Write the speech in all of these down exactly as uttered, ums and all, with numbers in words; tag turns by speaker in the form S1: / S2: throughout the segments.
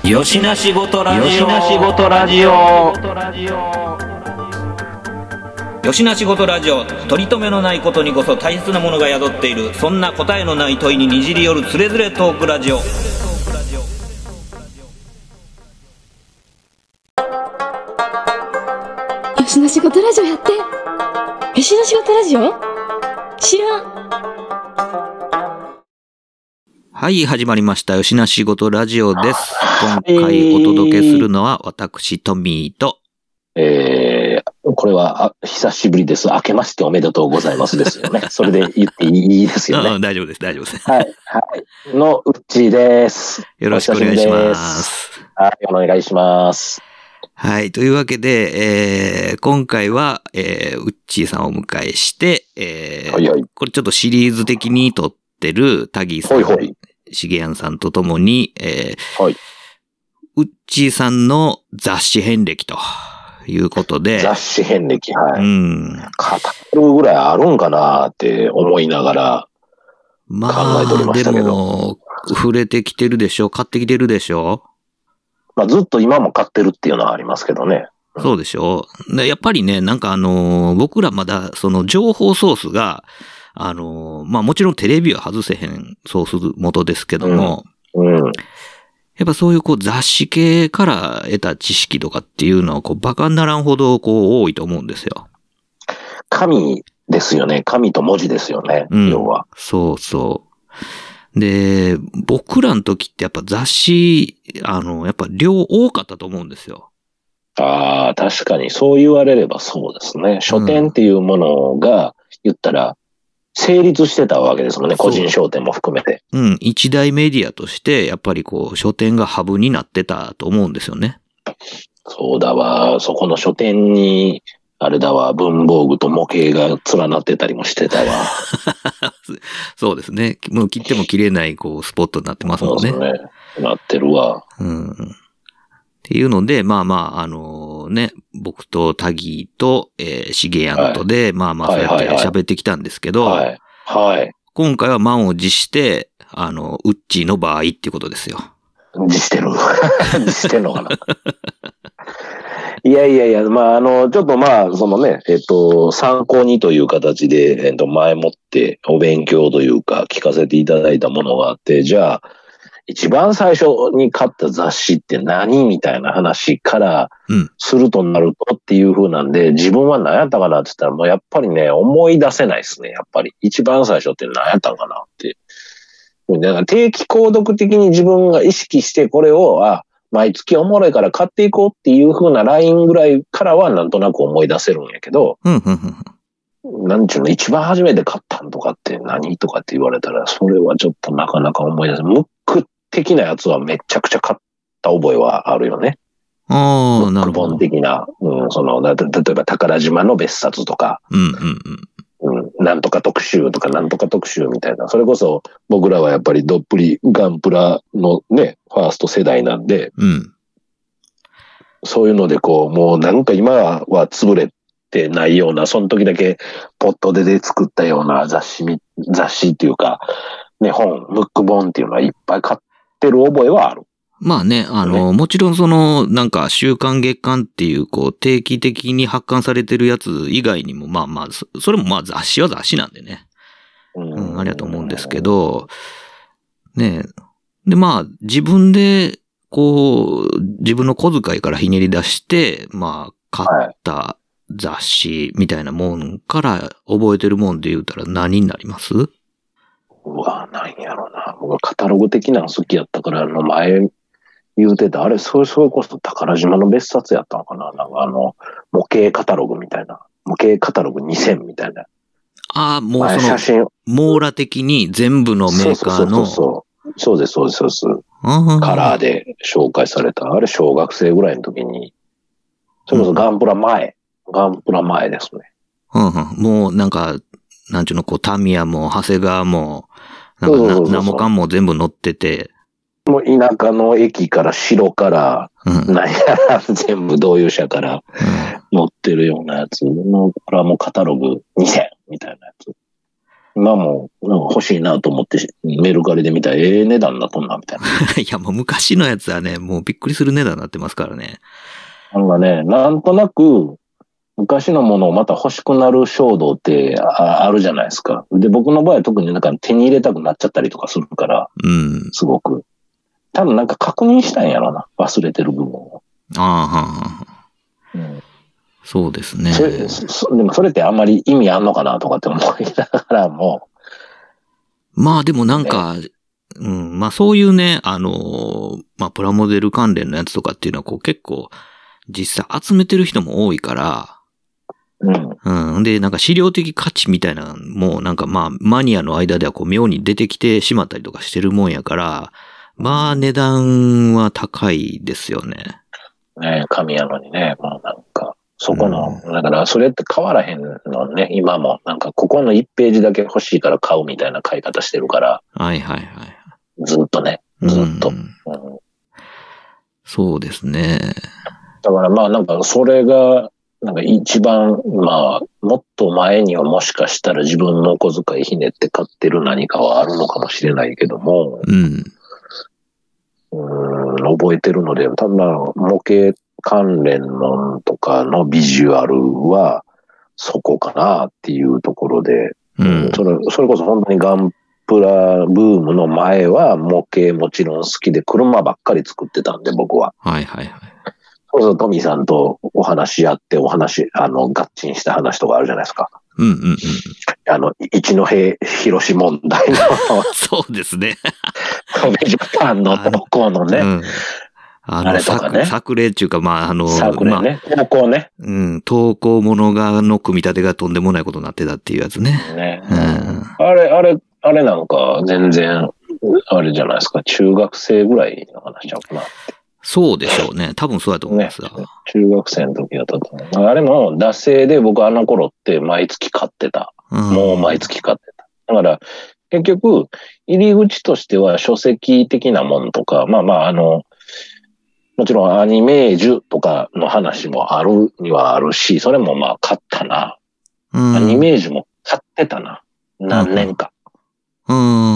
S1: よしなしごとラジオ。よしなしごとラジオ。よしなしごとラジオ。取り留めのないことにこそ大切なものが宿っている。そんな答えのない問いににじり寄るつれづれトークラジオ。よ
S2: しなしごとラジオやって。よしなしごとラジオ知らん。
S1: はい、始まりました。よしなしごとラジオです。今回お届けするのは私、トミーと、
S3: えー、これはあ久しぶりです。明けましておめでとうございますですよね。それで言っていいですよね。
S1: うん、大丈夫です、大丈夫です。
S3: はい、はい。のうっちーです。
S1: よろしくお願いします。
S3: はい、お願いします。
S1: はい。というわけで、えー、今回は、えー、うっちーさんをお迎えして、えーはいはい、これちょっとシリーズ的に撮ってるタギーさん、はいはい、しげやんさんとともに、えーはい、うっちーさんの雑誌遍歴ということで。
S3: 雑誌遍歴、はい。
S1: うん。
S3: 語るぐらいあるんかなって思いながら考えておりましたけど。
S1: まあ、でも、触れてきてるでしょ、買ってきてるでしょ。
S3: まあ、ずっと今も買ってるっていうのはありますけどね。
S1: うん、そうでしょ。で、やっぱりね、なんかあのー、僕らまだその情報ソースが、あのー、まあもちろんテレビは外せへんソース元ですけども、うんうん、やっぱそういうこう雑誌系から得た知識とかっていうのはこうバカにならんほどこう多いと思うんですよ。
S3: 紙ですよね。紙と文字ですよね。うん、要は。
S1: そうそう。で、僕らの時ってやっぱ雑誌、あの、やっぱ量多かったと思うんですよ。
S3: ああ、確かにそう言われればそうですね。書店っていうものが言ったら成立してたわけですもんね。個人商店も含めて。
S1: うん。一大メディアとしてやっぱりこう書店がハブになってたと思うんですよね。
S3: そうだわ。そこの書店に、あれだわ、文房具と模型が連なってたりもしてたわ。
S1: そうですね。もう切っても切れないこうスポットになってますもんね。
S3: そうですね。なってるわ。
S1: うん。っていうので、まあまあ、あのー、ね、僕とタギーと、えー、シゲヤンとで、はい、まあまあ、そうやって喋ってきたんですけど、
S3: はい。はい。
S1: 今回は満を持して、あの、ウッチーの場合っていうことですよ。
S3: 持してる。持してんのかな。いやいやいや、まあ、あの、ちょっとまあ、そのね、えっと、参考にという形で、えっと、前もってお勉強というか、聞かせていただいたものがあって、じゃあ、一番最初に買った雑誌って何みたいな話からするとなるとっていう風なんで、うん、自分は何やったかなって言ったら、もうやっぱりね、思い出せないですね、やっぱり。一番最初って何やったかなって。だから定期購読的に自分が意識してこれを、あ、毎月おもろいから買っていこうっていう風なラインぐらいからはなんとなく思い出せるんやけど、
S1: うんうん
S3: うん、なんちゅうの、一番初めて買ったんとかって何とかって言われたら、それはちょっとなかなか思い出せない。ムック的なやつはめちゃくちゃ買った覚えはあるよね。
S1: ああ、なるほど。
S3: ムック本的な、うん、その、例えば宝島の別冊とか、
S1: うんうん
S3: うんうん、なんとか特集とかなんとか特集みたいな。それこそ僕らはやっぱりどっぷりガンプラのね、ファースト世代なんで、
S1: うん、
S3: そういうのでこう、もうなんか今は潰れてないような、その時だけポットでで作ったような雑誌、雑誌っていうか、ね、本、ムック本っていうのはいっぱい買ってる覚えはある。
S1: まあね、あの、ね、もちろんその、なんか、週刊月刊っていう、こう、定期的に発刊されてるやつ以外にも、まあまあ、それもまあ雑誌は雑誌なんでね。うん、うん、ありがとう思うんですけど、ねで、まあ、自分で、こう、自分の小遣いからひねり出して、まあ、買った雑誌みたいなもんから覚えてるもんで言うたら何になります？
S3: うわ、なんやろな。僕はカタログ的なの好きやったから、あの前言うてた、あれ、それ、それこそ宝島の別冊やったのかな。なんかあの、模型カタログみたいな。模型カタログにせんみたいな。
S1: ああ、もうその、写真網羅的に全部のメーカーの。
S3: そうそうそうそう。そうです、そうです、そうです。カラーで紹介された。あれ、小学生ぐらいの時に。それこそガンプラ前。うん、ガンプラ前ですね。
S1: うんうん。もうなんか、なんちゅうの、こう、タミヤも、長谷川も、なんかな、ナモカンも全部載ってて。
S3: もう田舎の駅から城から、うん、なんやら全部同友者から載ってるようなやつの、これはもうカタログにせんみたいなやつ。 今もなんか欲しいなと思ってメルカリで見たらええ値段になっとんなみたいな。
S1: いや、もう昔のやつはね、もうびっくりする値段になってますからね。
S3: なんかね、なんとなく昔のものをまた欲しくなる衝動ってあ、あるじゃないですか。で、僕の場合は特になんか手に入れたくなっちゃったりとかするから、
S1: うん。
S3: すごく。多分なんか確認したんやろな、忘れてる部分を。
S1: ああ、はあ、はあ。
S3: うん、
S1: そうですね。
S3: それそでもそれってあんまり意味あんのかなとかって思いながらも。
S1: まあでもなんか、ね、うん、まあそういうね、あの、まあプラモデル関連のやつとかっていうのはこう結構実際集めてる人も多いから、
S3: うん。
S1: うん。で、なんか資料的価値みたいなのもなんかまあマニアの間ではこう妙に出てきてしまったりとかしてるもんやから、まあ値段は高いですよね。
S3: ねえ、神やのにね、まあなんか、そこの、うん、だからそれって変わらへんのね、今も。なんかここのいちページだけ欲しいから買うみたいな買い方してるから。
S1: はいはいはい。
S3: ずっとね、ずっと。うん
S1: うん、そうですね。
S3: だからまあなんかそれが、なんか一番、まあ、もっと前にはもしかしたら自分のお小遣いひねって買ってる何かはあるのかもしれないけども、
S1: うん。
S3: うん、覚えてるので、多分模型関連のとかのビジュアルはそこかなっていうところで、
S1: うん、
S3: それ、それこそ本当にガンプラブームの前は模型もちろん好きで車ばっかり作ってたんで僕は。
S1: はいはいはい。
S3: そうするとトミーさんとお話し合ってお話、あの、合致した話とかあるじゃないですか。
S1: うんうんうん。
S3: あの、一戸広し問題の。
S1: そうですね。
S3: ジャパンの投稿のね。
S1: うんあの、あれとかね。作例っていうか、まあ、あの、
S3: 作例ね。まあ、投稿ね。
S1: うん、投稿ものが、の組み立てがとんでもないことになってたっていうやつね。
S3: ね。うん、あれ、あれ、あれなんか、全然、あれじゃないですか。中学生ぐらいの話ちゃうかな。
S1: そうでしょうね。多分そうだと思いますが、
S3: ね。中学生の時だったと思う。あれも、惰性で僕あの頃って毎月買ってた。うん、もう毎月買ってた。だから、結局、入り口としては書籍的なもんとか、まあまあ、あの、もちろんアニメージュとかの話もあるにはあるし、それもまあ買ったな。うん、アニメージュも買ってたな。何年か。
S1: うん、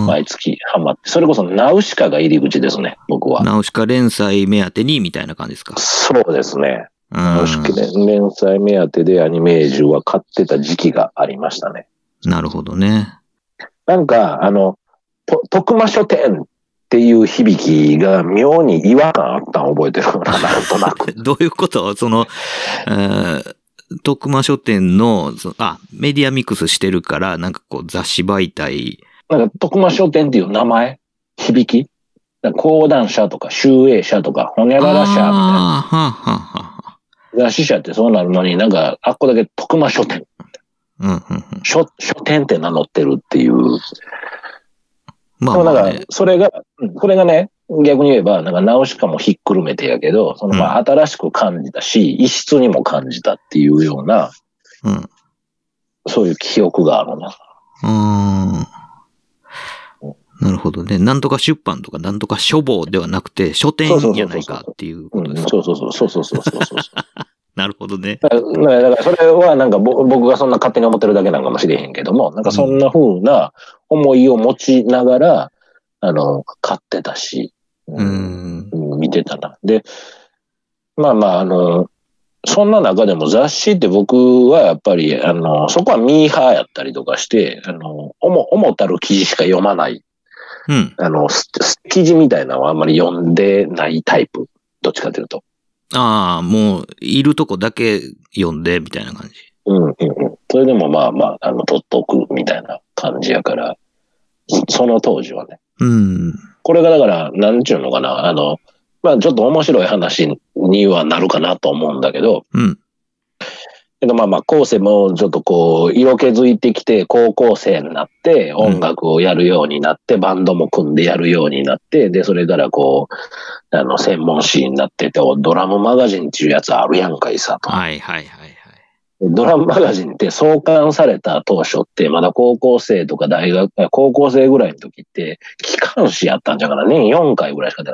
S3: 毎月ハマって。それこそナウシカが入り口ですね、僕は。
S1: ナウシカ連載目当てにみたいな感じですか？
S3: そうですね。ナウシカ連載目当てでアニメージュは買ってた時期がありましたね。
S1: なるほどね。
S3: なんか、あの、徳間書店っていう響きが妙に違和感あったの覚えてるな、なんとなく。
S1: どういうこと？その、えー、徳間書店の、あ、メディアミックスしてるから、なんかこう雑誌媒体。
S3: なんか徳間書店っていう名前響き講談社とか集英社とか、ほにゃらら社みたいな。
S1: はあ、はあはあ、
S3: 雑誌社ってそうなるのになんか、あっこだけ徳間書店。
S1: うんうんうん、
S3: 書、書店って名乗ってるっていう。
S1: まあまあ、ね、
S3: だから、それが、これがね、逆に言えば、なんかナウシカもひっくるめてやけど、そのまあ新しく感じたし、異質にも感じたっていうような、
S1: うん、
S3: そういう記憶があるな。
S1: うーん。なるほどね。なんとか出版とかなんとか書房ではなくて書店じゃないかっていうことですか。
S3: そうそうそうそうそうそうそうそう。
S1: なるほどね。
S3: だから、だからそれはなんか僕がそんな勝手に思ってるだけなんかもしれへんけども、なんかそんな風な思いを持ちながら、あの、買ってたし、
S1: うん、
S3: 見てたな。で、まあまあ、あの、そんな中でも雑誌って僕はやっぱり、あの、そこはミーハーやったりとかして、あの、重、重たる記事しか読まない。
S1: うん。
S3: あの、記事みたいなのはあんまり読んでないタイプ。どっちかというと。
S1: ああ、もう、いるとこだけ読んで、みたいな感じ。
S3: うんうんうん。それでもまあまあ、あの、取っとくみたいな感じやから、その当時はね。
S1: うん。
S3: これがだから、なんちゅうのかな、あの、まあちょっと面白い話にはなるかなと思うんだけど、
S1: うん。
S3: けどまあまあ、後世もちょっとこう、色気づいてきて、高校生になって、音楽をやるようになって、うん、バンドも組んでやるようになって、で、それからこう、あの、専門誌になってて、ドラムマガジンっていうやつあるやんかいさと。
S1: はいはいはいはい。
S3: ドラムマガジンって創刊された当初って、まだ高校生とか大学、高校生ぐらいの時って、機関誌やったんじゃから、年よんかいぐらいしか出なかった。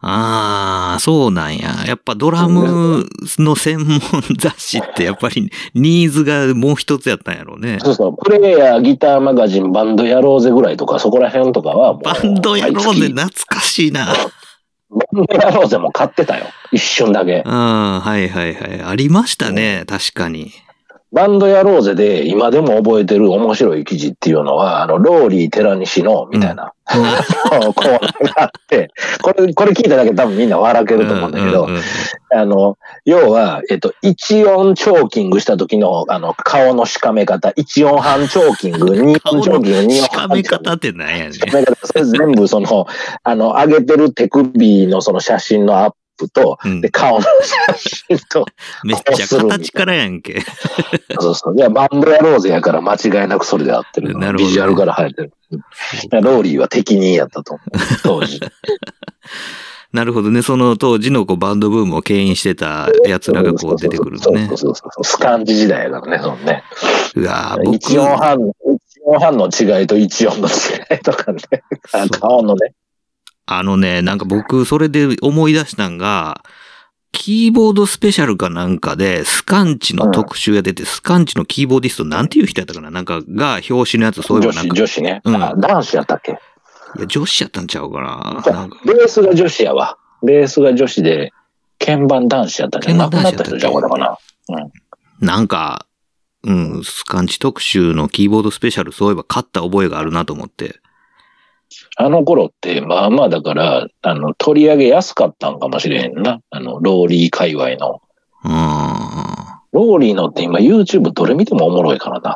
S1: ああ、そうなんや。やっぱドラムの専門雑誌ってやっぱりニーズがもう一つやったんやろうね。
S3: そうそう。プレイヤー、ギターマガジン、バンドやろうぜぐらいとか、そこら辺とかはもう。
S1: バンドやろうぜ、懐かしいな。
S3: バンドやろうぜも買ってたよ。一瞬だけ。
S1: ああ、はいはいはい。ありましたね、確かに。
S3: バンドやろうぜで今でも覚えてる面白い記事っていうのは、あの、ローリー寺西の、みたいな、うん、コーナーがあって、これ、これ聞いただけで多分みんな笑けると思うんだけど、うんうんうん、あの、要は、えっと、一音チョーキングした時の、あの、顔のしかめ方、一音半チョーキング、二音チョーキング、二音半チョーキング。しかめ方って何やねん。しかめ方、それ全部その、あの、上げてる手首のその写真のアップ、と、うん、で、顔の写真と。
S1: めっちゃ形からやんけ。
S3: そうそう。いや、バンドやろうぜやから間違いなくそれで合ってる。なるほど、ね。ビジュアルから入ってる。ローリーは適任やったと思う。当時。
S1: なるほどね。その当時のこうバンドブームを牽引してた奴らがこう出てくるのね。
S3: そうそうそうそう。スカンジ時代やからね、そのね。
S1: うわぁ、僕。
S3: 一音半、一音半の違いと一音の違いとかね。顔のね。
S1: あのね、なんか僕、それで思い出したんが、キーボードスペシャルかなんかで、スカンチの特集が出て、うん、スカンチのキーボーディスト、なんていう人やったかななんか、が、表紙のやつ、そういえばなんか。
S3: 女子、女子ね。うん。男子やったっけ？
S1: いや、女子やったんちゃうかな。
S3: なんかベースが女子やわ。ベースが女子で、鍵盤男子やったんじゃん。亡くなった人ちゃうかな。うん。
S1: なんか、うん、スカンチ特集のキーボードスペシャル、そういえば買った覚えがあるなと思って。
S3: あの頃って、まあまあだから、あの、取り上げやすかったんかもしれへんな。あの、ローリー界隈の。
S1: うん。
S3: ローリーのって今 YouTube どれ見てもおもろいからな。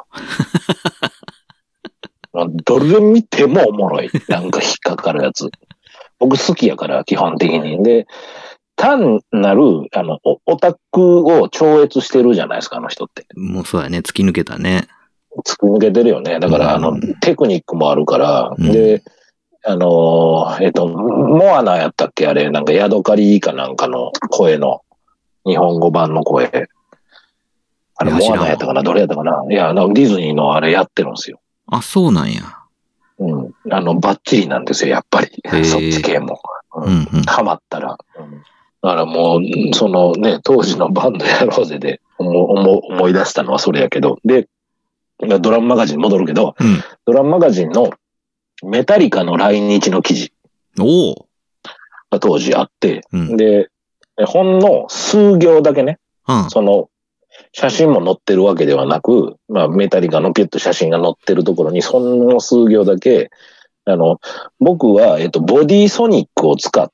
S3: どれ見てもおもろい。なんか引っかかるやつ。僕好きやから、基本的に。で、単なる、あの、オタクを超越してるじゃないですか、あの人って。
S1: もうそうやね、突き抜けたね。
S3: 突き抜けてるよね。だから、うん、あの、テクニックもあるから、うん、で、あの、えっと、モアナやったっけあれ、なんかヤドカリかなんかの声の、日本語版の声。あれ、モアナやったかなどれやったかないや、ディズニーのあれやってるんですよ。
S1: あ、そうなんや。
S3: うん。あの、バッチリなんですよ、やっぱり。そっち系も。うん。うんうん、ハマったら。うん、だからもう、そのね、当時のバンドやろうぜで思思い出したのはそれやけど。で、ドラムマガジン戻るけど、うん、ドラムマガジンのメタリカの来日の記事が当時あって、うん、で、ほんの数行だけね、うん、その、写真も載ってるわけではなく、まあ、メタリカのピュッと写真が載ってるところに、その数行だけ、あの、僕は、えっと、ボディソニックを使って、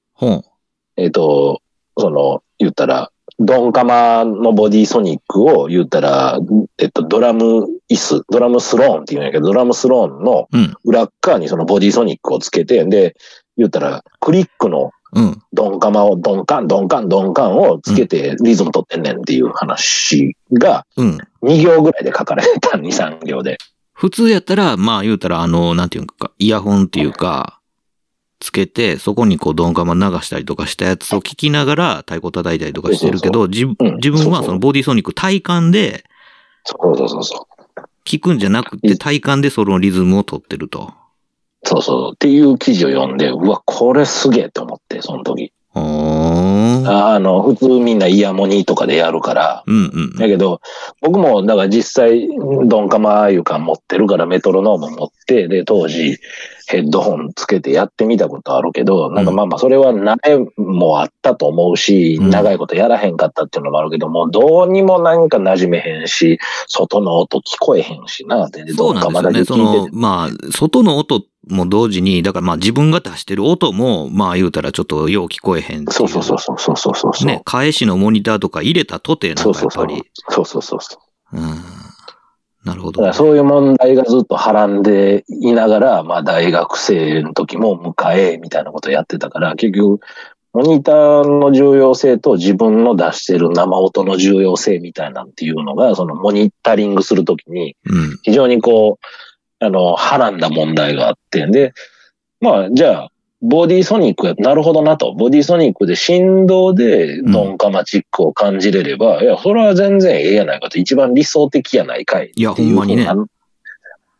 S3: うん、えっと、その、言ったら、ドンカマのボディソニックを言ったら、えっと、ドラム椅子、ドラムスローンって言うんやけど、ドラムスローンの裏側にそのボディソニックをつけて、で、言ったら、クリックのドンカマを、ドンカン、ドンカン、ドンカンをつけてリズム取ってんねんっていう話が、に行ぐらいで書かれてた、に、さん行で。
S1: 普通やったら、まあ言うたら、あの、なんていうか、イヤホンっていうか、つけて、そこにこう、ドンカマ流したりとかしたやつを聞きながら太鼓叩いたりとかしてるけど、自分はそのボディソニック体感で、
S3: そうそうそうそう。
S1: 聞くんじゃなくて体感でそのリズムを取ってると。
S3: そうそう。っていう記事を読んで、うわ、これすげえと思って、その時。あの、普通みんなイヤモニとかでやるから。
S1: うんうん。
S3: だけど、僕も、だから実際、ドンカマいうか持ってるからメトロノーム持って、で、当時、ヘッドホンつけてやってみたことあるけど、なんかまあまあ、それは苗もあったと思うし、うん、長いことやらへんかったっていうのもあるけども、どうにもなんか馴染めへんし、外の音聞こえへんしな、って、
S1: ドンカマだけ聞いてて。そうなんですよね。その、まあ、外の音も同時に、だからまあ自分が出してる音も、まあ言うたらちょっとよう聞こえへんっていう。
S3: そうそうそうそうそうそうそう。
S1: ね、返しのモニターとか入れたとて、なんかやっぱり。
S3: そうそうそうそう。
S1: うん。なるほど、
S3: ね。だからそういう問題がずっとはらんでいながら、まあ大学生の時も迎え、みたいなことやってたから、結局、モニターの重要性と自分の出してる生音の重要性みたいなっていうのが、そのモニタリングするときに、非常にこう、あの、はらんだ問題があって、で、まあ、じゃあ、ボディソニックや、なるほどなと。ボディソニックで振動でドンカマチックを感じれれば、うん、いや、それは全然ええやないかと。一番理想的やないかい。
S1: いや、ほんまにね。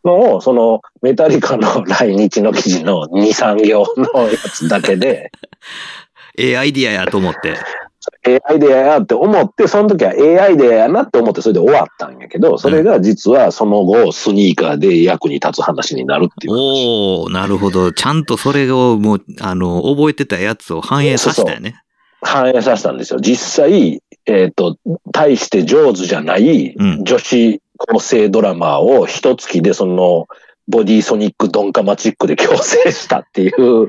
S3: のを、そのメタリカの来日の記事のに、さん行のやつだけで、
S1: ええアイディアやと思って。
S3: ええアイデアやって思って、その時はええアイデアやなって思ってそれで終わったんやけど、それが実はその後スニーカーで役に立つ話になるっていう
S1: 話。おー、なるほど。ちゃんとそれをもう、あの、覚えてたやつを反映させたよね。
S3: そうそう反映させたんですよ。実際、えっと、大して上手じゃない女子高生ドラマーを一月でそのボディソニックドンカマチックで強制したっていう。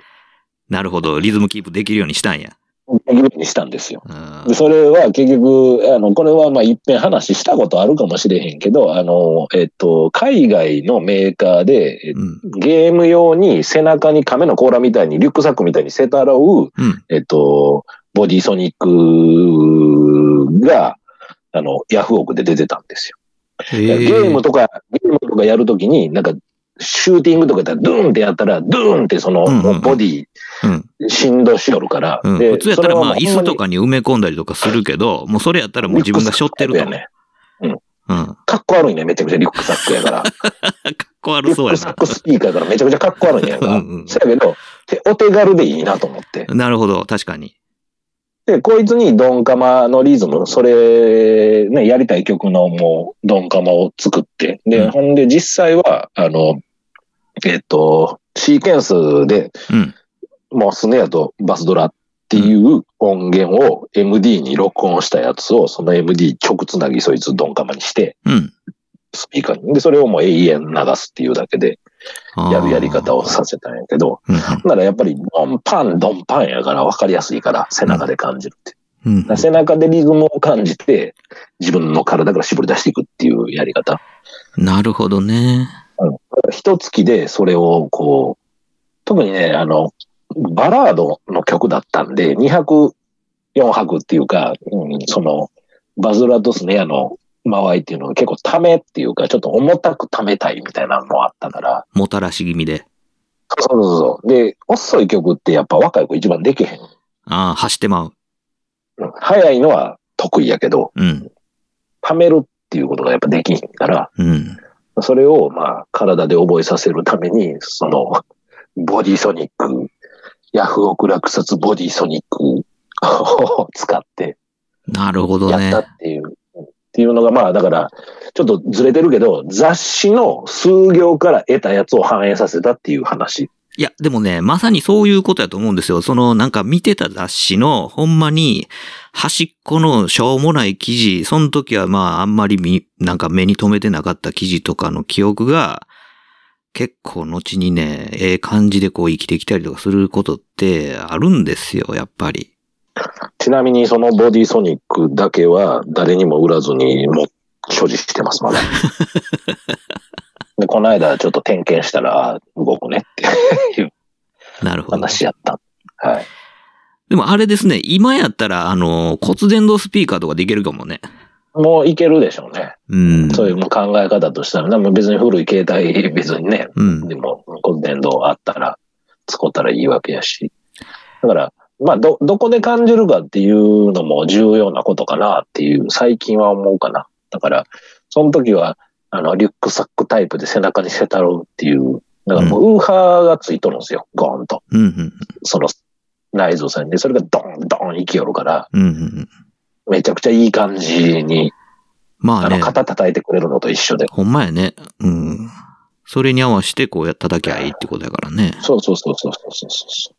S1: なるほど。リズムキープできるようにしたんや。
S3: できるようにしたんですよ。でそれは結局、あの、これはまあ一遍話したことあるかもしれへんけど、あの、えっと、海外のメーカーで、うん、ゲーム用に背中に亀の甲羅みたいにリュックサックみたいにせたらう、うん、えっと、ボディソニックが、あの、ヤフオクで出てたんですよ。ゲームとか、ゲームとかやるときに、なんか、シューティングとかやったら、ドゥーンってやったら、ドゥーンってその、うんうんうん、ボディ、振動しよるから。
S1: うん、普通やったら、まあ、椅子とかに埋め込んだりとかするけど、もうそれやったらもう自分が背負ってると。
S3: ね。うん。うん。かっこ悪いね、めちゃくちゃリュックサックやから。かっ
S1: こ悪そうやな。
S3: リュックサックスピーカーやからめちゃくちゃかっこ悪いんやから。うんうん。そうやけど、お手軽でいいなと思って。
S1: なるほど、確かに。
S3: で、こいつにドンカマのリズム、それ、ね、やりたい曲のもう、ドンカマを作って、で、うん、ほんで実際は、あの、えっと、シーケンスで、うん、もうスネアとバスドラっていう音源を エムディー に録音したやつを、その エムディー 直つなぎそいつドンカマにして、うん、スピーカーに。で、それをもう永遠流すっていうだけで、やるやり方をさせたんやけど、うん、ならやっぱりドンパン、ドンパンやから分かりやすいから、背中で感じるって。うん、背中でリズムを感じて、自分の体から絞り出していくっていうやり方。
S1: なるほどね。
S3: 一月でそれをこう、特にね、あの、バラードの曲だったんで、にはく、よんはくっていうか、うん、その、バズラとスネアの間合いっていうのが結構ためっていうか、ちょっと重たくためたいみたいなのもあったから。
S1: もたらし気味で。
S3: そうそうそう。で、遅い曲ってやっぱ若い子一番できへん。
S1: ああ、走ってまう。
S3: 早いのは得意やけど、うん。ためるっていうことがやっぱできへんから、うん。それを、まあ、体で覚えさせるために、その、ボディソニック、ヤフオク落札ボディソニックを使って、
S1: なるほどね。
S3: やったっていう、っていうのが、まあ、だから、ちょっとずれてるけど、雑誌の数行から得たやつを反映させたっていう話。
S1: いや、でもね、まさにそういうことやと思うんですよ。その、なんか見てた雑誌の、ほんまに、端っこのしょうもない記事、その時はまあ、あんまり見、なんか目に留めてなかった記事とかの記憶が、結構後にね、ええ感じでこう生きてきたりとかすることってあるんですよ、やっぱり。
S3: ちなみにそのボディソニックだけは誰にも売らずにも所持してます、まだ。で、この間ちょっと点検したら動くねっていう話やった。はい。
S1: でもあれですね、今やったらあの骨伝導スピーカーとかできるかもね。
S3: もういけるでしょうね。うん、そういう考え方としたら、でも別に古い携帯別にね、うん、でも骨伝導あったら使ったらいいわけやし。だから、まあど、どこで感じるかっていうのも重要なことかなっていう、最近は思うかな。だから、その時は、あの、リュックサックタイプで背中にせたろうっていう、だからもうウーハーがついとるんですよ、ゴーンと。うんうん、その内臓さんで、それがドンドン生きよるから、うんうん、めちゃくちゃいい感じに、まあね、あの肩叩いてくれるのと一緒で。
S1: ほんまやね。うん。それに合わせてこうやっただけゃいいってことやからね。
S3: そうそうそうそうそうそう。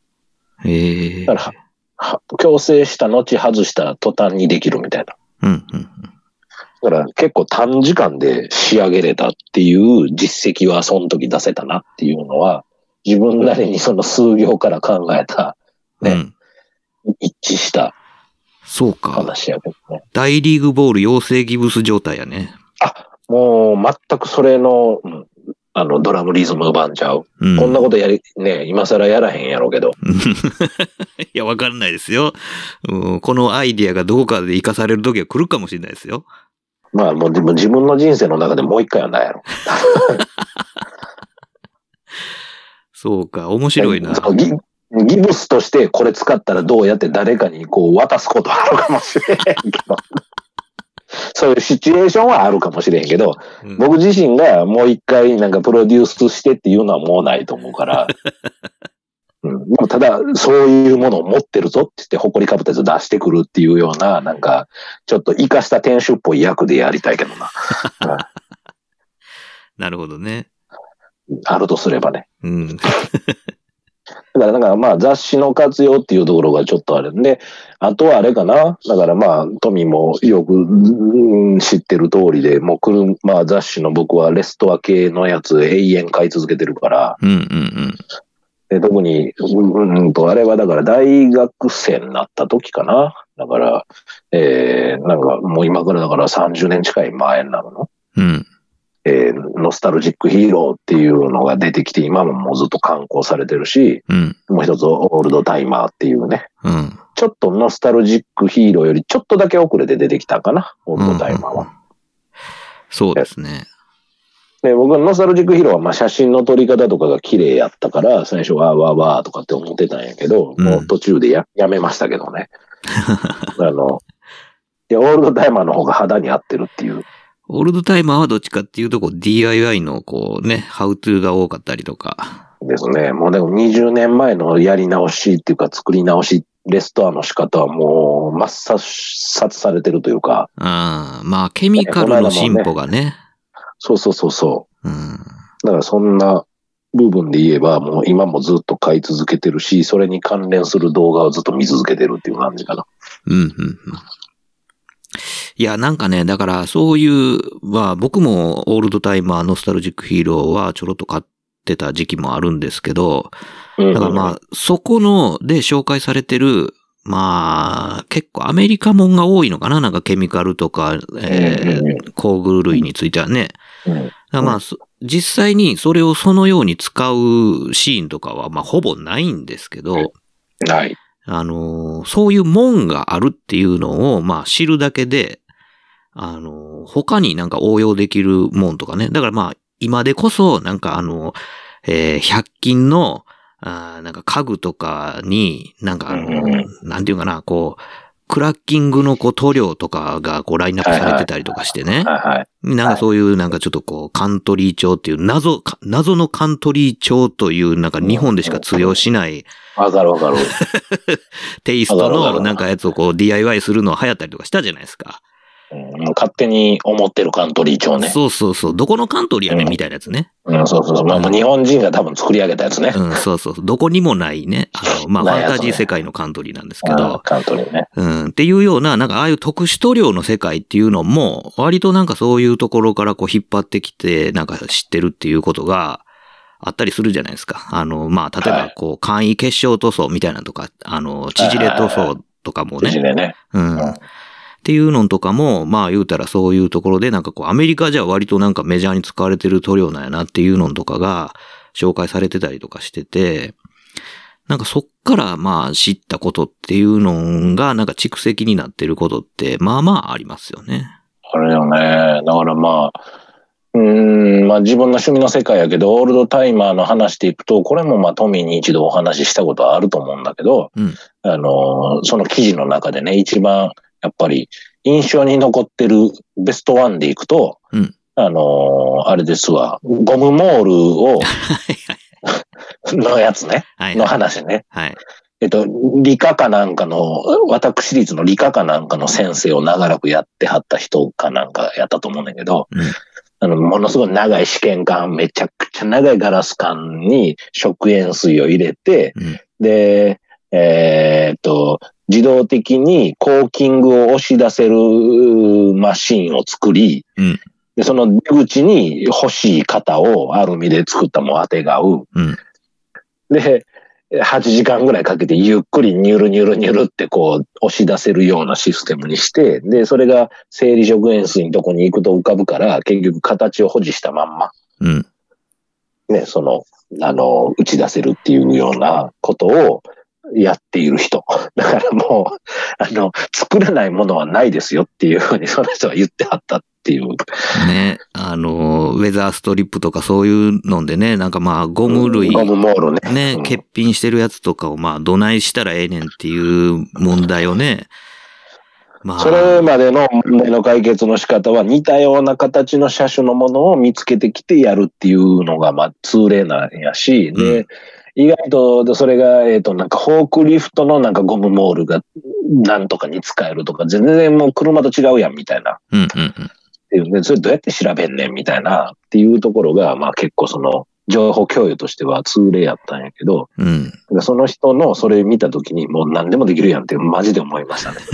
S1: へえ。
S3: だから、矯正した後外した途端にできるみたいな。うんうん。だから結構短時間で仕上げれたっていう実績はその時出せたなっていうのは、自分なりにその数行から考えた、ね、うん、一致した
S1: そうか。
S3: 話やけどね。
S1: 大リーグボール養成ギブス状態やね。
S3: あ、もう全くそれの、うん、あのドラムリズム奪んちゃう。うん、こんなことやり、ね、今更やらへんやろうけど。
S1: いや、わかんないですよ、うん。このアイディアがどこかで活かされる時は来るかもしれないですよ。
S3: まあもう自分、自分の人生の中でもう一回はないやろ。
S1: そうか、面白いな。
S3: ギ, ギブスとしてこれ使ったらどうやって誰かにこう渡すことあるかもしれんけど。 そういうシチュエーションはあるかもしれんけど、うん、僕自身がもう一回なんかプロデュースしてっていうのはもうないと思うから、うん、でもただそういうものを持ってるぞって言って誇りかぶったやつ出してくるっていうような、なんかちょっと活かした店主っぽい役でやりたいけどな。うん、
S1: なるほどね。
S3: あるとすればね。
S1: うん。
S3: だからなんかまあ雑誌の活用っていうところがちょっとあるんで、あとはあれかな。だからまあトミもよく、うん、知ってる通りで、もう来る、まあ雑誌の僕はレストア系のやつ永遠買い続けてるから。
S1: うんうんうん。
S3: で特に、うんと、あれはだから大学生になった時かな。だから、えー、なんかもう今からだからさんじゅうねん近い前になるの。
S1: うん。
S3: えー、ノスタルジックヒーローっていうのが出てきて、今ももうずっと刊行されてるし、
S1: うん、
S3: もう一つオールドタイマーっていうね、
S1: うん、
S3: ちょっとノスタルジックヒーローよりちょっとだけ遅れて出てきたかな、オールドタイマーは。うん、
S1: そうですね。
S3: で、僕はノスタルジックヒーローはまあ写真の撮り方とかが綺麗やったから、最初はわーわーとかって思ってたんやけど、うん、もう途中で や, やめましたけどね。あの、いや、オールドタイマーの方が肌に合ってるっていう。
S1: オールドタイマーはどっちかっていうと、こう ディーアイワイ のこうね、ハウトゥーが多かったりとか。
S3: ですね。もうでもにじゅうねんまえのやり直しっていうか作り直し、レストアの仕方はもう抹殺されてるというか。
S1: ああ、まあケミカルの進歩がね。ね
S3: そうそうそうそう。
S1: うん。
S3: だからそんな部分で言えば、もう今もずっと買い続けてるし、それに関連する動画をずっと見続けてるっていう感じかな。
S1: うん、うん、うん。いや、なんかね、だからそういう、まあ僕もオールドタイマーノスタルジックヒーローはちょろっと買ってた時期もあるんですけど、だからまあそこので紹介されてる、まあ結構アメリカもんが多いのかな、なんかケミカルとか、えー、工具類についてはね。だからまあ実際にそれをそのように使うシーンとかはまあほぼないんですけど、
S3: ない。
S1: あの、そういうもんがあるっていうのをまあ知るだけで、あの、他になんか応用できるもんとかね。だからまあ、今でこそ、なんかあの、えー、ひゃく均の、あなんか家具とかに、なんかあの、うん、なんていうかな、こう、クラッキングのこう塗料とかがこうラインナップされてたりとかしてね。
S3: はいはいはいはい、
S1: なんかそういうなんかちょっとこう、カントリー調っていう謎、謎のカントリー調というなんか日本でしか通用しない。
S3: わかるわかる。
S1: テイストのなんかやつをこう ディーアイワイ するの流行ったりとかしたじゃないですか。
S3: うん、勝手に思ってるカントリー調ね。
S1: そうそうそう。どこのカントリーやねんみたいなやつね。
S3: うん、うん、そうそうそう。まあもう日本人が多分作り上げたやつね。
S1: うん、そうそう。どこにもないね。あの、まあファンタジー世界のカントリーなんですけど。
S3: カントリーね。
S1: うん。っていうような、なんかああいう特殊塗料の世界っていうのも、割となんかそういうところからこう引っ張ってきて、なんか知ってるっていうことが、あったりするじゃないですか。あの、まあ、例えば、こう、簡易結晶塗装みたいなのとか、あの、縮れ塗装とかもね。
S3: 縮れね。
S1: うん。うんっていうのとかも、まあ言うたらそういうところでなんかこうアメリカじゃ割となんかメジャーに使われてる塗料なんやなっていうのとかが紹介されてたりとかしてて、なんかそっからまあ知ったことっていうのがなんか蓄積になってることってまあまあありますよね。
S3: あれよね。だからまあ、うーん、まあ自分の趣味の世界やけど、オールドタイマーの話でいくと、これもまあトミーに一度お話ししたことはあると思うんだけど、
S1: うん、
S3: あの、その記事の中でね、一番やっぱり印象に残ってるベストワンでいくと、
S1: うん、
S3: あの、あれですわ、ゴムモールを、のやつね、はいはい、の話ね。
S1: はい。
S3: えっと、理科かなんかの、私立の理科かなんかの先生を長らくやってはった人かなんかやったと思うんだけど、
S1: うん、
S3: あの、ものすごい長い試験管、めちゃくちゃ長いガラス管に食塩水を入れて、
S1: うん、
S3: で、えー、っと、自動的にコーキングを押し出せるマシンを作り、
S1: うん、
S3: でその出口に欲しい型をアルミで作ったものを当てがう。
S1: うん、
S3: で、はちじかんぐらいかけてゆっくりニュルニュルニュルってこう押し出せるようなシステムにして、で、それが生理食塩水のとこに行くと浮かぶから、結局形を保持したまんま、
S1: うん、
S3: ね、その、あの、打ち出せるっていうようなことをやっている人。だからもう、あの、作れないものはないですよっていうふうにその人は言ってはったっていう。
S1: ね、あの、ウェザーストリップとかそういうのでね、なんかまあゴム類、うん、
S3: ゴムモールね。
S1: ね、うん、欠品してるやつとかをまあどないしたらええねんっていう問題をね、
S3: まあ、それまでの問題の解決の仕方は似たような形の車種のものを見つけてきてやるっていうのがまあ通例なんやし、うん、で、意外とそれが、えっと、なんかフォークリフトのなんかゴムモールがなんとかに使えるとか、全然もう車と違うやんみたいな。
S1: うんうんうん。
S3: っていうね、それどうやって調べんねんみたいなっていうところが、まあ結構その情報共有としては通例やったんやけど、
S1: うん、
S3: その人のそれ見たときにもう何でもできるやんってマジで思いましたね。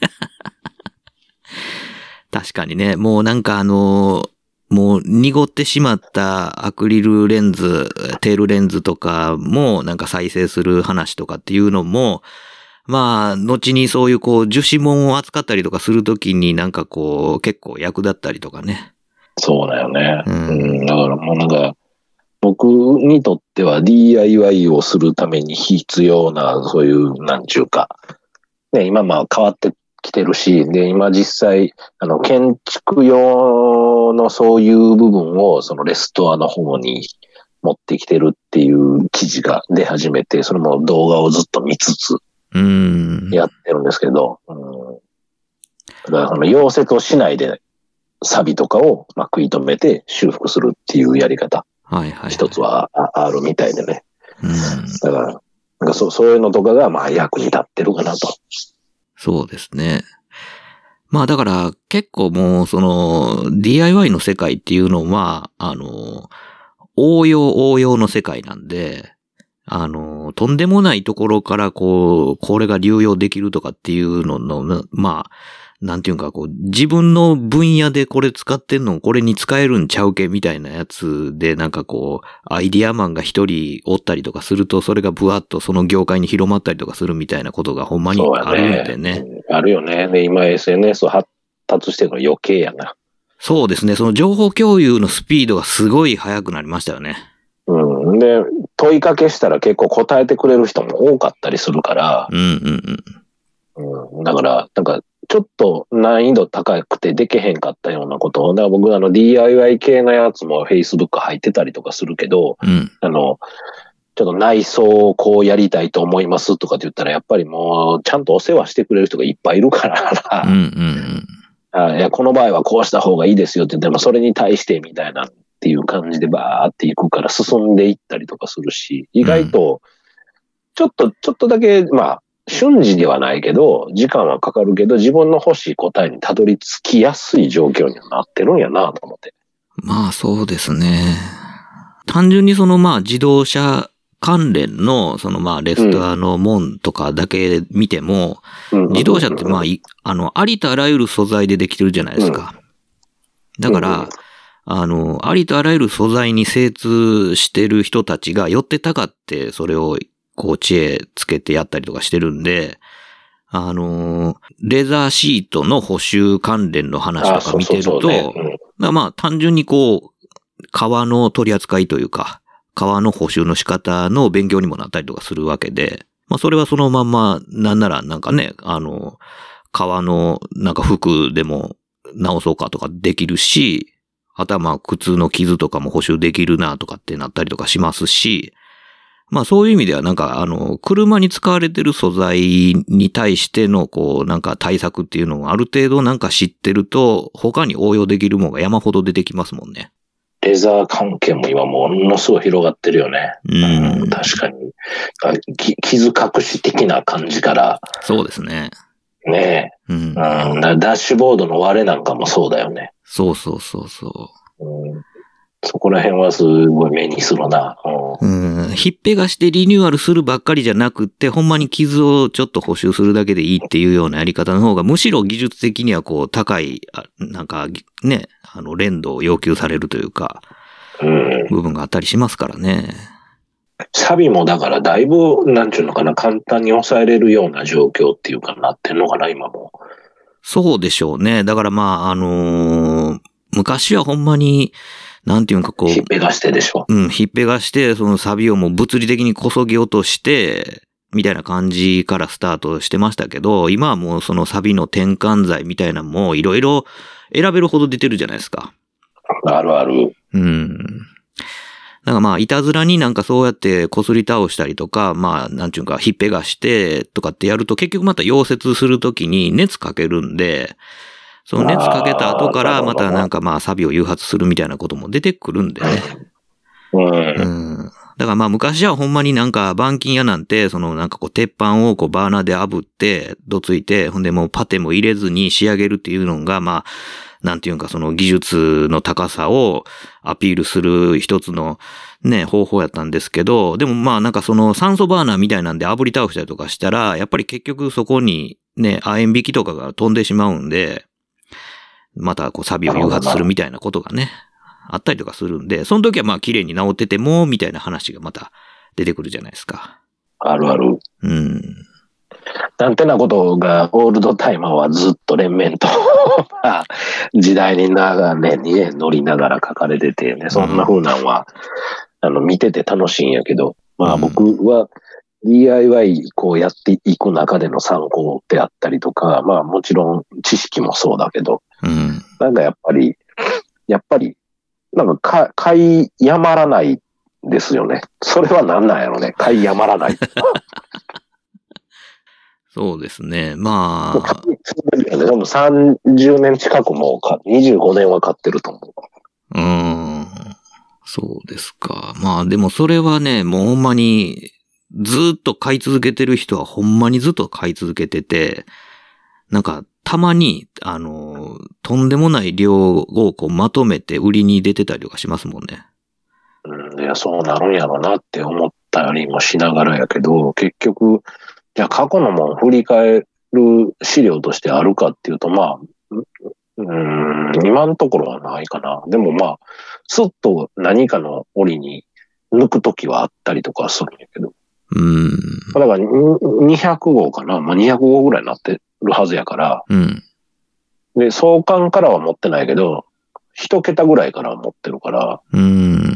S1: 確かにね、もうなんかあのー、もう濁ってしまったアクリルレンズ、テールレンズとかもなんか再生する話とかっていうのも、まあ、後にそういうこう樹脂紋を扱ったりとかするときになんかこう結構役立ったりとかね。
S3: そうだよね。うん、うん、だからもうなんか、僕にとっては ディーアイワイ をするために必要な、そういう、なんちゅうか、ね、今まあ変わってきてるし、で、今実際、あの、建築用のそういう部分を、そのレストアの方に持ってきてるっていう記事が出始めて、それも動画をずっと見つつ、やってるんですけど、うん、だからその溶接をしないで、錆とかをまあ食い止めて修復するっていうやり方。
S1: はいはいはい、
S3: 一つはあるみたいでね。
S1: うん、
S3: だから、なんかそ、そういうのとかが、まあ役に立ってるかなと。
S1: そうですね。まあだから結構もうその ディーアイワイ の世界っていうのは、あの、応用応用の世界なんで、あの、とんでもないところからこう、これが流用できるとかっていうのの、まあ、なんていうか、こう、自分の分野でこれ使ってんの、これに使えるんちゃうけみたいなやつで、なんかこう、アイディアマンが一人おったりとかすると、それがブワッとその業界に広まったりとかするみたいなことがほんまにあるんでね。
S3: ねあるよね。で、今 エスエヌエス 発達してるの余計やな。
S1: そうですね。その情報共有のスピードがすごい速くなりましたよね。
S3: うん。で、問いかけしたら結構答えてくれる人も多かったりするから。
S1: うんうん
S3: うん。うん、だから、なんか、ちょっと難易度高くてできへんかったようなことを、だから僕あの ディーアイワイ 系のやつも Facebook 入ってたりとかするけど、
S1: うん、
S3: あの、ちょっと内装をこうやりたいと思いますとかって言ったら、やっぱりもうちゃんとお世話してくれる人がいっぱいいるからな。
S1: うんうんうん
S3: あいやこの場合はこうした方がいいですよって言っても、それに対してみたいなっていう感じでバーっていくから進んでいったりとかするし、意外と、ちょっと、ちょっとだけ、まあ、瞬時ではないけど、時間はかかるけど、自分の欲しい答えにたどり着きやすい状況にはなってるんやなと思って。
S1: まあそうですね。単純にそのまあ自動車関連のそのまあレストアの門とかだけ見ても、うん、自動車ってまあ、あの、ありとあらゆる素材でできてるじゃないですか。だから、あの、ありとあらゆる素材に精通してる人たちが寄ってたかってそれをこう知恵つけてやったりとかしてるんで、あのー、レザーシートの補修関連の話とか見てると、まあ単純にこう、革の取り扱いというか、革の補修の仕方の勉強にもなったりとかするわけで、まあそれはそのまんま、なんならなんかね、あの、革のなんか服でも直そうかとかできるし、あとはまあ靴の傷とかも補修できるなとかってなったりとかしますし、まあそういう意味ではなんかあの、車に使われてる素材に対してのこうなんか対策っていうのをある程度なんか知ってると他に応用できるものが山ほど出てきますもんね。
S3: レザー関係も今ものすごい広がってるよね。
S1: うん、
S3: うん、確かに。傷隠し的な感じから。
S1: そうですね。
S3: ねえ。うん、うん、ダッシュボードの割れなんかもそうだよね。
S1: そうそうそうそう。
S3: うんそこら辺はすごい目にするな。
S1: うん。うん。ひっぺがしてリニューアルするばっかりじゃなくって、ほんまに傷をちょっと補修するだけでいいっていうようなやり方の方が、むしろ技術的にはこう、高い、なんか、ね、あの、連動を要求されるというか、
S3: うん。
S1: 部分があったりしますからね。
S3: 錆もだからだいぶ、なんちゅうのかな、簡単に抑えれるような状況っていうかなってんのかな、今も。
S1: そうでしょうね。だからまあ、あのー、昔はほんまに、なんていうかこう。
S3: ひっぺがしてでしょ。
S1: うん、ひっぺがして、そのサビをもう物理的にこそぎ落として、みたいな感じからスタートしてましたけど、今はもうそのサビの転換剤みたいなのもいろいろ選べるほど出てるじゃないですか。
S3: あるある。
S1: うん。 なんかまあ、いたずらになんかそうやって擦り倒したりとか、まあ、なんちゅうか、ひっぺがしてとかってやると、結局また溶接するときに熱かけるんで、その熱かけた後からまたなんかまあ、錆を誘発するみたいなことも出てくるんでね。
S3: うん。
S1: うん。だからまあ昔はほんまになんか板金屋なんて、そのなんかこう鉄板をこうバーナーで炙って、どついて、ほんでもうパテも入れずに仕上げるっていうのがまあ、なんていうかその技術の高さをアピールする一つのね、方法やったんですけど、でもまあなんかその酸素バーナーみたいなんで炙り倒したりとかしたら、やっぱり結局そこにね、亜鉛引きとかが飛んでしまうんで、またこう錆を誘発するみたいなことがね、あったりとかするんで、その時はまあ綺麗に治ってても、みたいな話がまた出てくるじゃないですか。
S3: あるある。
S1: うん。
S3: なんてなことが、オールドタイマーはずっと連綿と、時代に流れにね、乗りながら書かれててね、そんな風なんは、あの、見てて楽しいんやけど、まあ僕は ディーアイワイ こうやっていく中での参考であったりとか、まあもちろん知識もそうだけど、
S1: うん、
S3: なんかやっぱり、やっぱり、なんかか、買いやまらないですよね。それはなんなんやろね。買いやまらない。
S1: そうですね。まあ。
S3: でもさんじゅうねん近くもか、にじゅうごねんは買ってると思
S1: う。うーん。そうですか。まあでもそれはね、もうほんまに、ずっと買い続けてる人はほんまにずっと買い続けてて、なんか、たまに、あの、とんでもない量をこうまとめて売りに出てたりとかしますもんね。
S3: うん、いや、そうなるんやろなって思ったりもしながらやけど、結局、じゃあ過去のもん振り返る資料としてあるかっていうと、まあ、うん、今のところはないかな。でもまあ、すっと何かの折に抜くときはあったりとかするんやけど。
S1: うん。
S3: だからにひゃくごうかな。まあにひゃくごうぐらいになってるはずやから。
S1: うん。
S3: で、創刊からは持ってないけど、一桁ぐらいからは持ってるから。
S1: うん。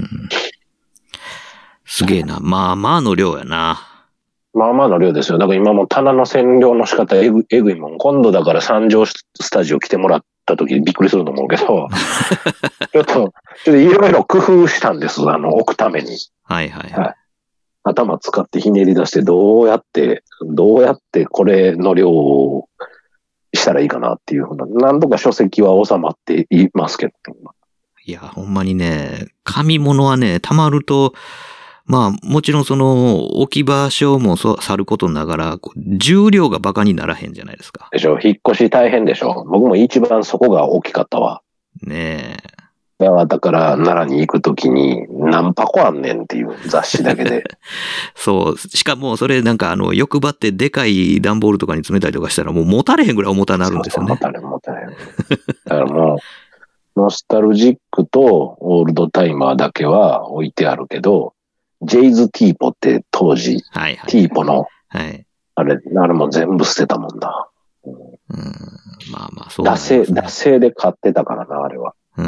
S1: すげえな。まあまあの量やな。
S3: まあまあの量ですよ。だから今も棚の占領の仕方えぐえぐいもん。今度だから三条スタジオ来てもらった時びっくりすると思うけど、ちょっと、ちょっといろいろ工夫したんです。あの、置くために。
S1: はいはい。
S3: はい。頭使ってひねり出して、どうやって、どうやってこれの量をしたらいいかなっていうふうな、なんとか書籍は収まっていますけど。
S1: いや、ほんまにね、紙物はね、溜まると、まあ、もちろんその、置き場所もそうさることながら、重量がバカにならへんじゃないですか。
S3: でしょ、引っ越し大変でしょ。僕も一番そこが大きかったわ。
S1: ねえ。
S3: だから奈良に行くときに何箱あんねんっていう雑誌だけで。
S1: そう。しかもそれなんかあの欲張ってでかい段ボールとかに詰めたりとかしたらもう持たれへんぐらい重たなるんですよね。
S3: そうそう持たれへん持たれへん。だからもう、ノスタルジックとオールドタイマーだけは置いてあるけど、ジェイズティーポって当時、
S1: はいはい、
S3: ティーポの、
S1: はい、
S3: あれ、あれも全部捨てたもんだ。
S1: うん、まあまあそうなん
S3: ですね。惰性、惰性で買ってたからな、あれは。
S1: うん、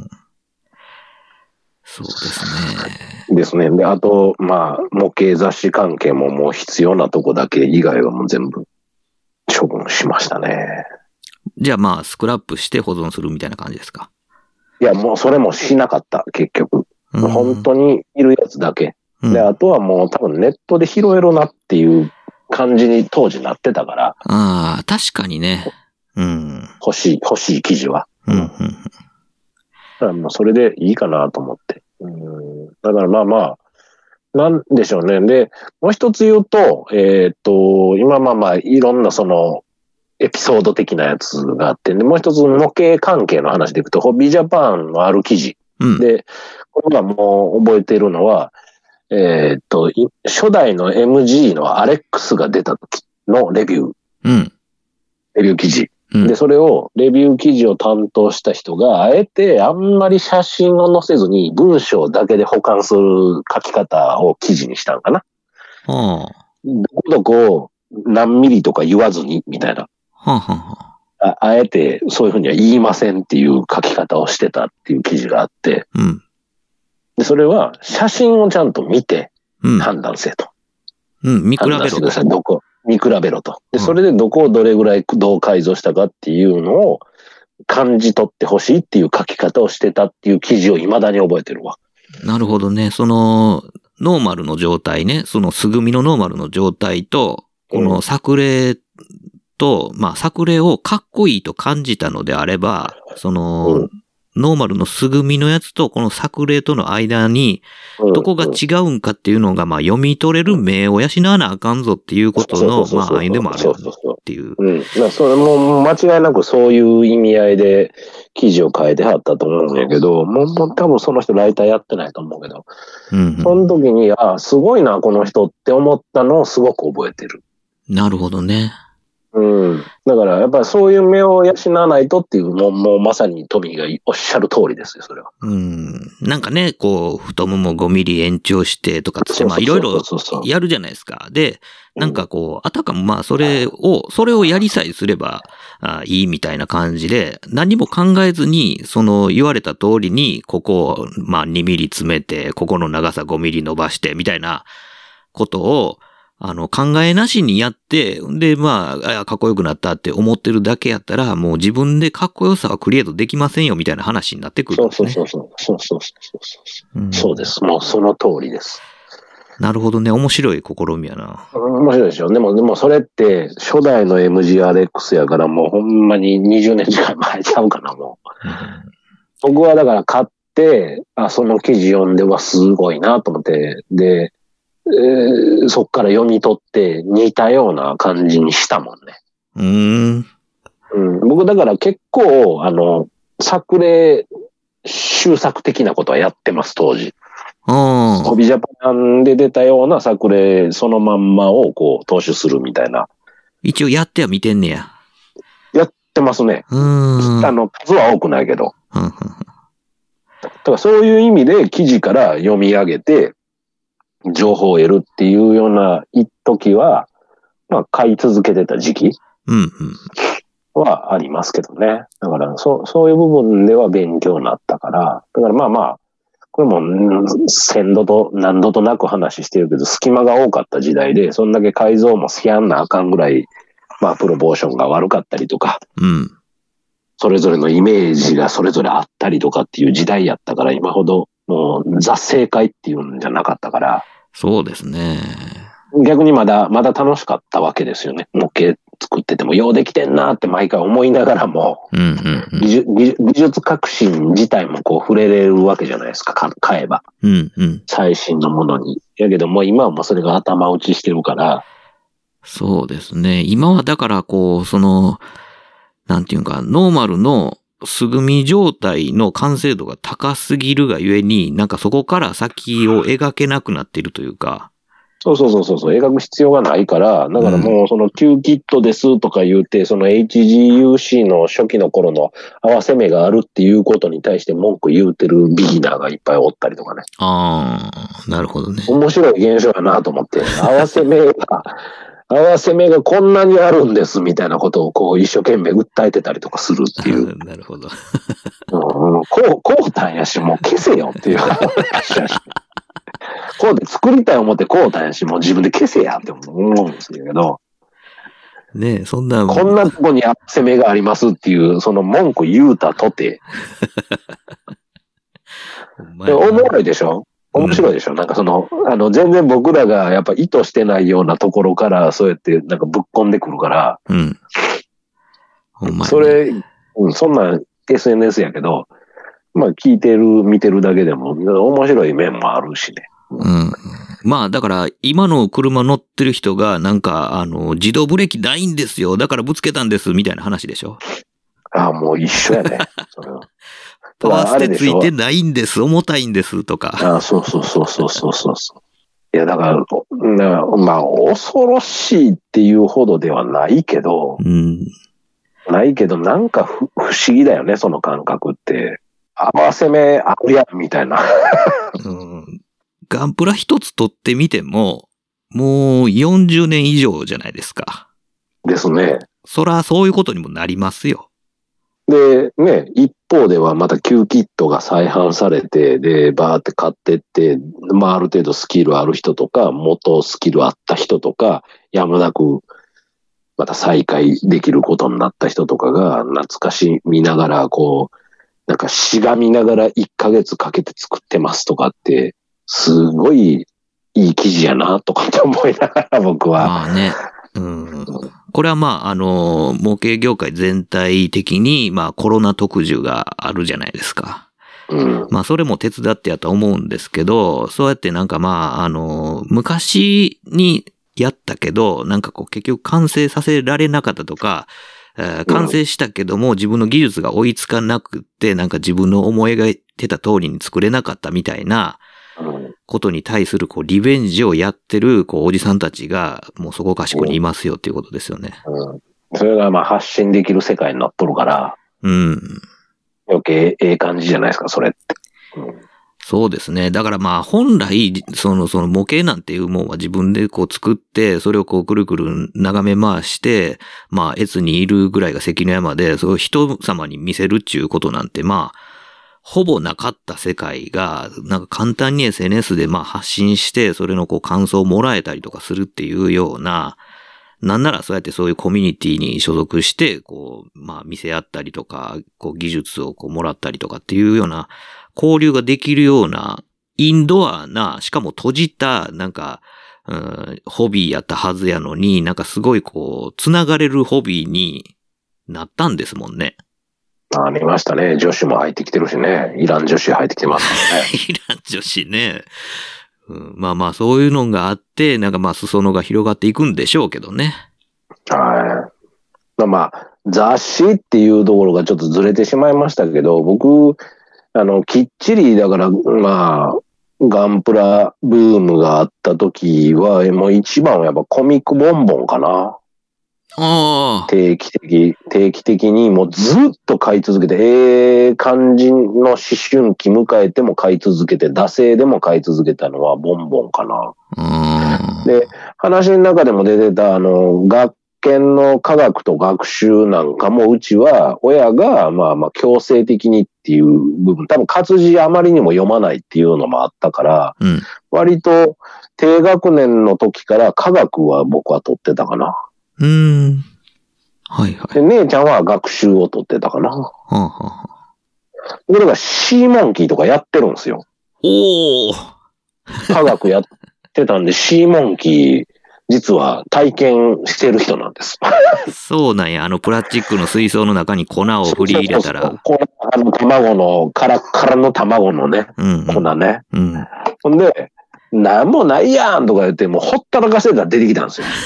S1: そうですね。
S3: ですね。で、あと、まあ、模型雑誌関係ももう必要なとこだけ以外はもう全部処分しましたね。
S1: じゃあまあ、スクラップして保存するみたいな感じですか？
S3: いや、もうそれもしなかった、結局。
S1: うん、
S3: 本当にいるやつだけ。
S1: うん、
S3: で、あとはもう多分ネットで拾えるなっていう感じに当時なってたから。
S1: ああ、確かにね。うん。
S3: 欲しい、欲しい記事は。
S1: うん、うん。
S3: だからもうそれでいいかなと思って。うん、だからまあまあ、なんでしょうね。で、もう一つ言うと、えっと、今まあまあ、いろんなその、エピソード的なやつがあって、で、もう一つ模型関係の話でいくと、ホビージャパンのある記事。
S1: うん、
S3: で、これはもう覚えているのは、えっと、初代の エムジー のアレックスが出た時のレビュー。
S1: うん。
S3: レビュー記事。
S1: うん、
S3: で、それを、レビュー記事を担当した人が、あえてあんまり写真を載せずに文章だけで保管する書き方を記事にしたんかな。
S1: はあ、
S3: どこどこ何ミリとか言わずに、みたいな。
S1: はあはあ、
S3: あ, あえてそういうふうには言いませんっていう書き方をしてたっていう記事があって、
S1: うん、
S3: でそれは写真をちゃんと見て判断せと。
S1: うん、うん、見比べろと。判断してください。
S3: どこ、見比べろと。で、それでどこをどれぐらいどう改造したかっていうのを感じ取ってほしいっていう書き方をしてたっていう記事を未だに覚えてるわ。
S1: なるほどね。その、ノーマルの状態ね。その素組みのノーマルの状態と、この作例と、うん、まあ作例をかっこいいと感じたのであれば、その、うん、ノーマルの素組みのやつとこの作例との間に、どこが違うんかっていうのが、まあ読み取れる目を養わなあかんぞっていうことの、まあ愛でもあるっていう。
S3: うん。まあそれも間違いなくそういう意味合いで記事を書いてはったと思うんやけど、もう多分その人ライターやってないと思うけど、うんうん、その時に、あ、すごいな、この人って思ったのをすごく覚えてる。
S1: なるほどね。
S3: うん。だから、やっぱりそういう目を養わないとっていう、もう、もうまさにトミーがおっしゃる通りですよ、それは。
S1: うん。なんかね、こう、太ももごミリ延長してとかつって、まあいろいろやるじゃないですか。で、なんかこう、あたかもまあそれを、それをやりさえすればあいいみたいな感じで、何も考えずに、その言われた通りに、ここをまあにミリ詰めて、ここの長さごミリ伸ばして、みたいなことを、あの、考えなしにやって、で、まあ、かっこよくなったって思ってるだけやったら、もう自分でかっこよさはクリエイトできませんよ、みたいな話になってくるんですね。
S3: そうそうそうそう。そうそうそう。うん、そうです。もうその通りです。
S1: なるほどね。面白い試みやな。
S3: 面白いでしょ。でも、でもそれって、初代の エムジーアールエックス やから、もうほんまににじゅうねん近い前ちゃうかな、もう。うん、僕はだから買って、あ、その記事読んではすごいなと思って、で、えー、そっから読み取って似たような感じにしたもんね。
S1: うーん。
S3: うん、僕だから結構、あの、作例、修作的なことはやってます、当時。ホビジャパンで出たような作例そのまんまをこう踏襲するみたいな。
S1: 一応やっては見てんねや。
S3: やってますね。
S1: うん。
S3: あの、数は多くないけど。
S1: うん。
S3: だからそういう意味で記事から読み上げて、情報を得るっていうような一時は、まあ買い続けてた時期はありますけどね。だからそ、そういう部分では勉強になったから、だからまあまあ、これも鮮度と何度となく話してるけど、隙間が多かった時代で、そんだけ改造もしやんなあかんぐらい、まあプロポーションが悪かったりとか、
S1: うん、
S3: それぞれのイメージがそれぞれあったりとかっていう時代やったから、今ほどもう雑正解っていうんじゃなかったから、
S1: そうですね。
S3: 逆にまだ、まだ楽しかったわけですよね。模型作ってても、ようできてんなって毎回思いながらも、
S1: うんうんうん、
S3: 技術、技術革新自体もこう触れれるわけじゃないですか、買えば。
S1: うんうん、
S3: 最新のものに。やけどもう今はもうそれが頭打ちしてるから。
S1: そうですね。今はだからこう、その、なんていうか、ノーマルの素組み状態の完成度が高すぎるがゆえに、なんかそこから先を描けなくなっているというか。
S3: そうそうそうそう、描く必要がないから、だからもうその Q キットですとか言うて、その エイチジーユーシー の初期の頃の合わせ目があるっていうことに対して文句言うてるビギナーがいっぱいおったりとかね。
S1: ああ、なるほどね。
S3: 面白い現象やなと思って、合わせ目が、合わせ目がこんなにあるんですみたいなことをこう一生懸命訴えてたりとかするっていう。
S1: なるほど。
S3: うん、こう、こうたんやし、もう消せよっていう話やし。こうで作りたい思ってこうたんやし、もう自分で消せやって思うんですけど。
S1: ねえ、そんな。
S3: こんなとこに合わせ目がありますっていう、その文句言うたとて。おもろいでしょ？面白いでしょ、うん、なんかその、あの、全然僕らがやっぱ意図してないようなところから、そうやってなんかぶっ込んでくるから、
S1: うん。
S3: ほんまにそれ、うん、そんな エスエヌエス やけど、まあ聞いてる、見てるだけでも面白い面もあるしね。
S1: うん。まあだから今の車乗ってる人がなんかあの自動ブレーキないんですよ。だからぶつけたんですみたいな話でしょ。
S3: ああ、もう一緒やね。それは
S1: パワーステついてないんです、重たいんですとか。
S3: ああ、そうそうそうそうそうそう。いや、だから、まあ、恐ろしいっていうほどではないけど、
S1: うん、
S3: ないけど、なんか不思議だよね、その感覚って。合わせ目あるやん、みたいな。
S1: うん、ガンプラ一つ取ってみても、もうよんじゅうねん以上じゃないですか。
S3: ですね。
S1: そら、そういうことにもなりますよ。
S3: で、ね、一方ではまた Q キットが再販されて、で、バーって買ってって、まあある程度スキルある人とか、元スキルあった人とか、やむなく、また再開できることになった人とかが、懐かしみながら、こう、 なんかしがみながらいっかげつかけて作ってますとかって、すごいいい記事やなとかって思いながら僕は。
S1: まあね。うん。これはまあ、あの、模型業界全体的に、まあコロナ特需があるじゃないですか。
S3: うん、
S1: まあそれも手伝ってやと思うんですけど、そうやってなんかまあ、あの、昔にやったけど、なんかこう結局完成させられなかったとか、えー、完成したけども自分の技術が追いつかなくって、なんか自分の思い描いてた通りに作れなかったみたいなことに対するこうリベンジをやってるこうおじさんたちがもうそこかしこにいますよっていうことですよね。
S3: うんうん、それがまあ発信できる世界になっとるから、
S1: うん。
S3: 余計ええ感じじゃないですか、それって。うん、
S1: そうですね。だからまあ本来、そのその模型なんていうもんは自分でこう作って、それをこうくるくる眺め回して、まあ越にいるぐらいが関の山で、それを人様に見せるっていうことなんてまあ、ほぼなかった世界が、なんか簡単に エスエヌエス でまあ発信して、それのこう感想をもらえたりとかするっていうような、なんならそうやってそういうコミュニティに所属して、こう、まあ見せ合ったりとか、こう技術をこうもらったりとかっていうような交流ができるような、インドアな、しかも閉じた、なんか、うん、ホビーやったはずやのに、なんかすごいこう、つながれるホビーになったんですもんね。
S3: あ、見ましたね。女子も入ってきてるしね。イラン女子入ってきてますからね。
S1: イラン女子ね。うん、まあまあそういうのがあって、なんかまあ裾野が広がっていくんでしょうけどね。
S3: はい。まあ、雑誌っていうところがちょっとずれてしまいましたけど、僕、あの、きっちり、だから、まあ、ガンプラブームがあった時は、もう一番はやっぱコミックボンボンかな。
S1: ああ。
S3: 定期的、定期的にもうずっと買い続けて、ええ感じの思春期迎えても買い続けて、惰性でも買い続けたのはボンボンかな。で、話の中でも出てた、あの、学研の科学と学習なんかも、うちは親が、まあまあ強制的にっていう部分、多分活字あまりにも読まないっていうのもあったから、
S1: うん、割
S3: と低学年の時から科学は僕は取ってたかな。
S1: うーん。はいはい。
S3: で、姉ちゃんは学習を取ってたかな。はあはあ、俺がシーモンキーとかやってるんですよ。
S1: おー。
S3: 科学やってたんで、シーモンキー、実は体験してる人なんです。
S1: そうなんや。あのプラスチックの水槽の中に粉を振り入れたら。そう
S3: そうそう、あの卵の、カラッカラの卵のね、うんうん、粉ね。うん、ほんで、なんもないやんとか言って、もうほったらかせたら出てきたんですよ。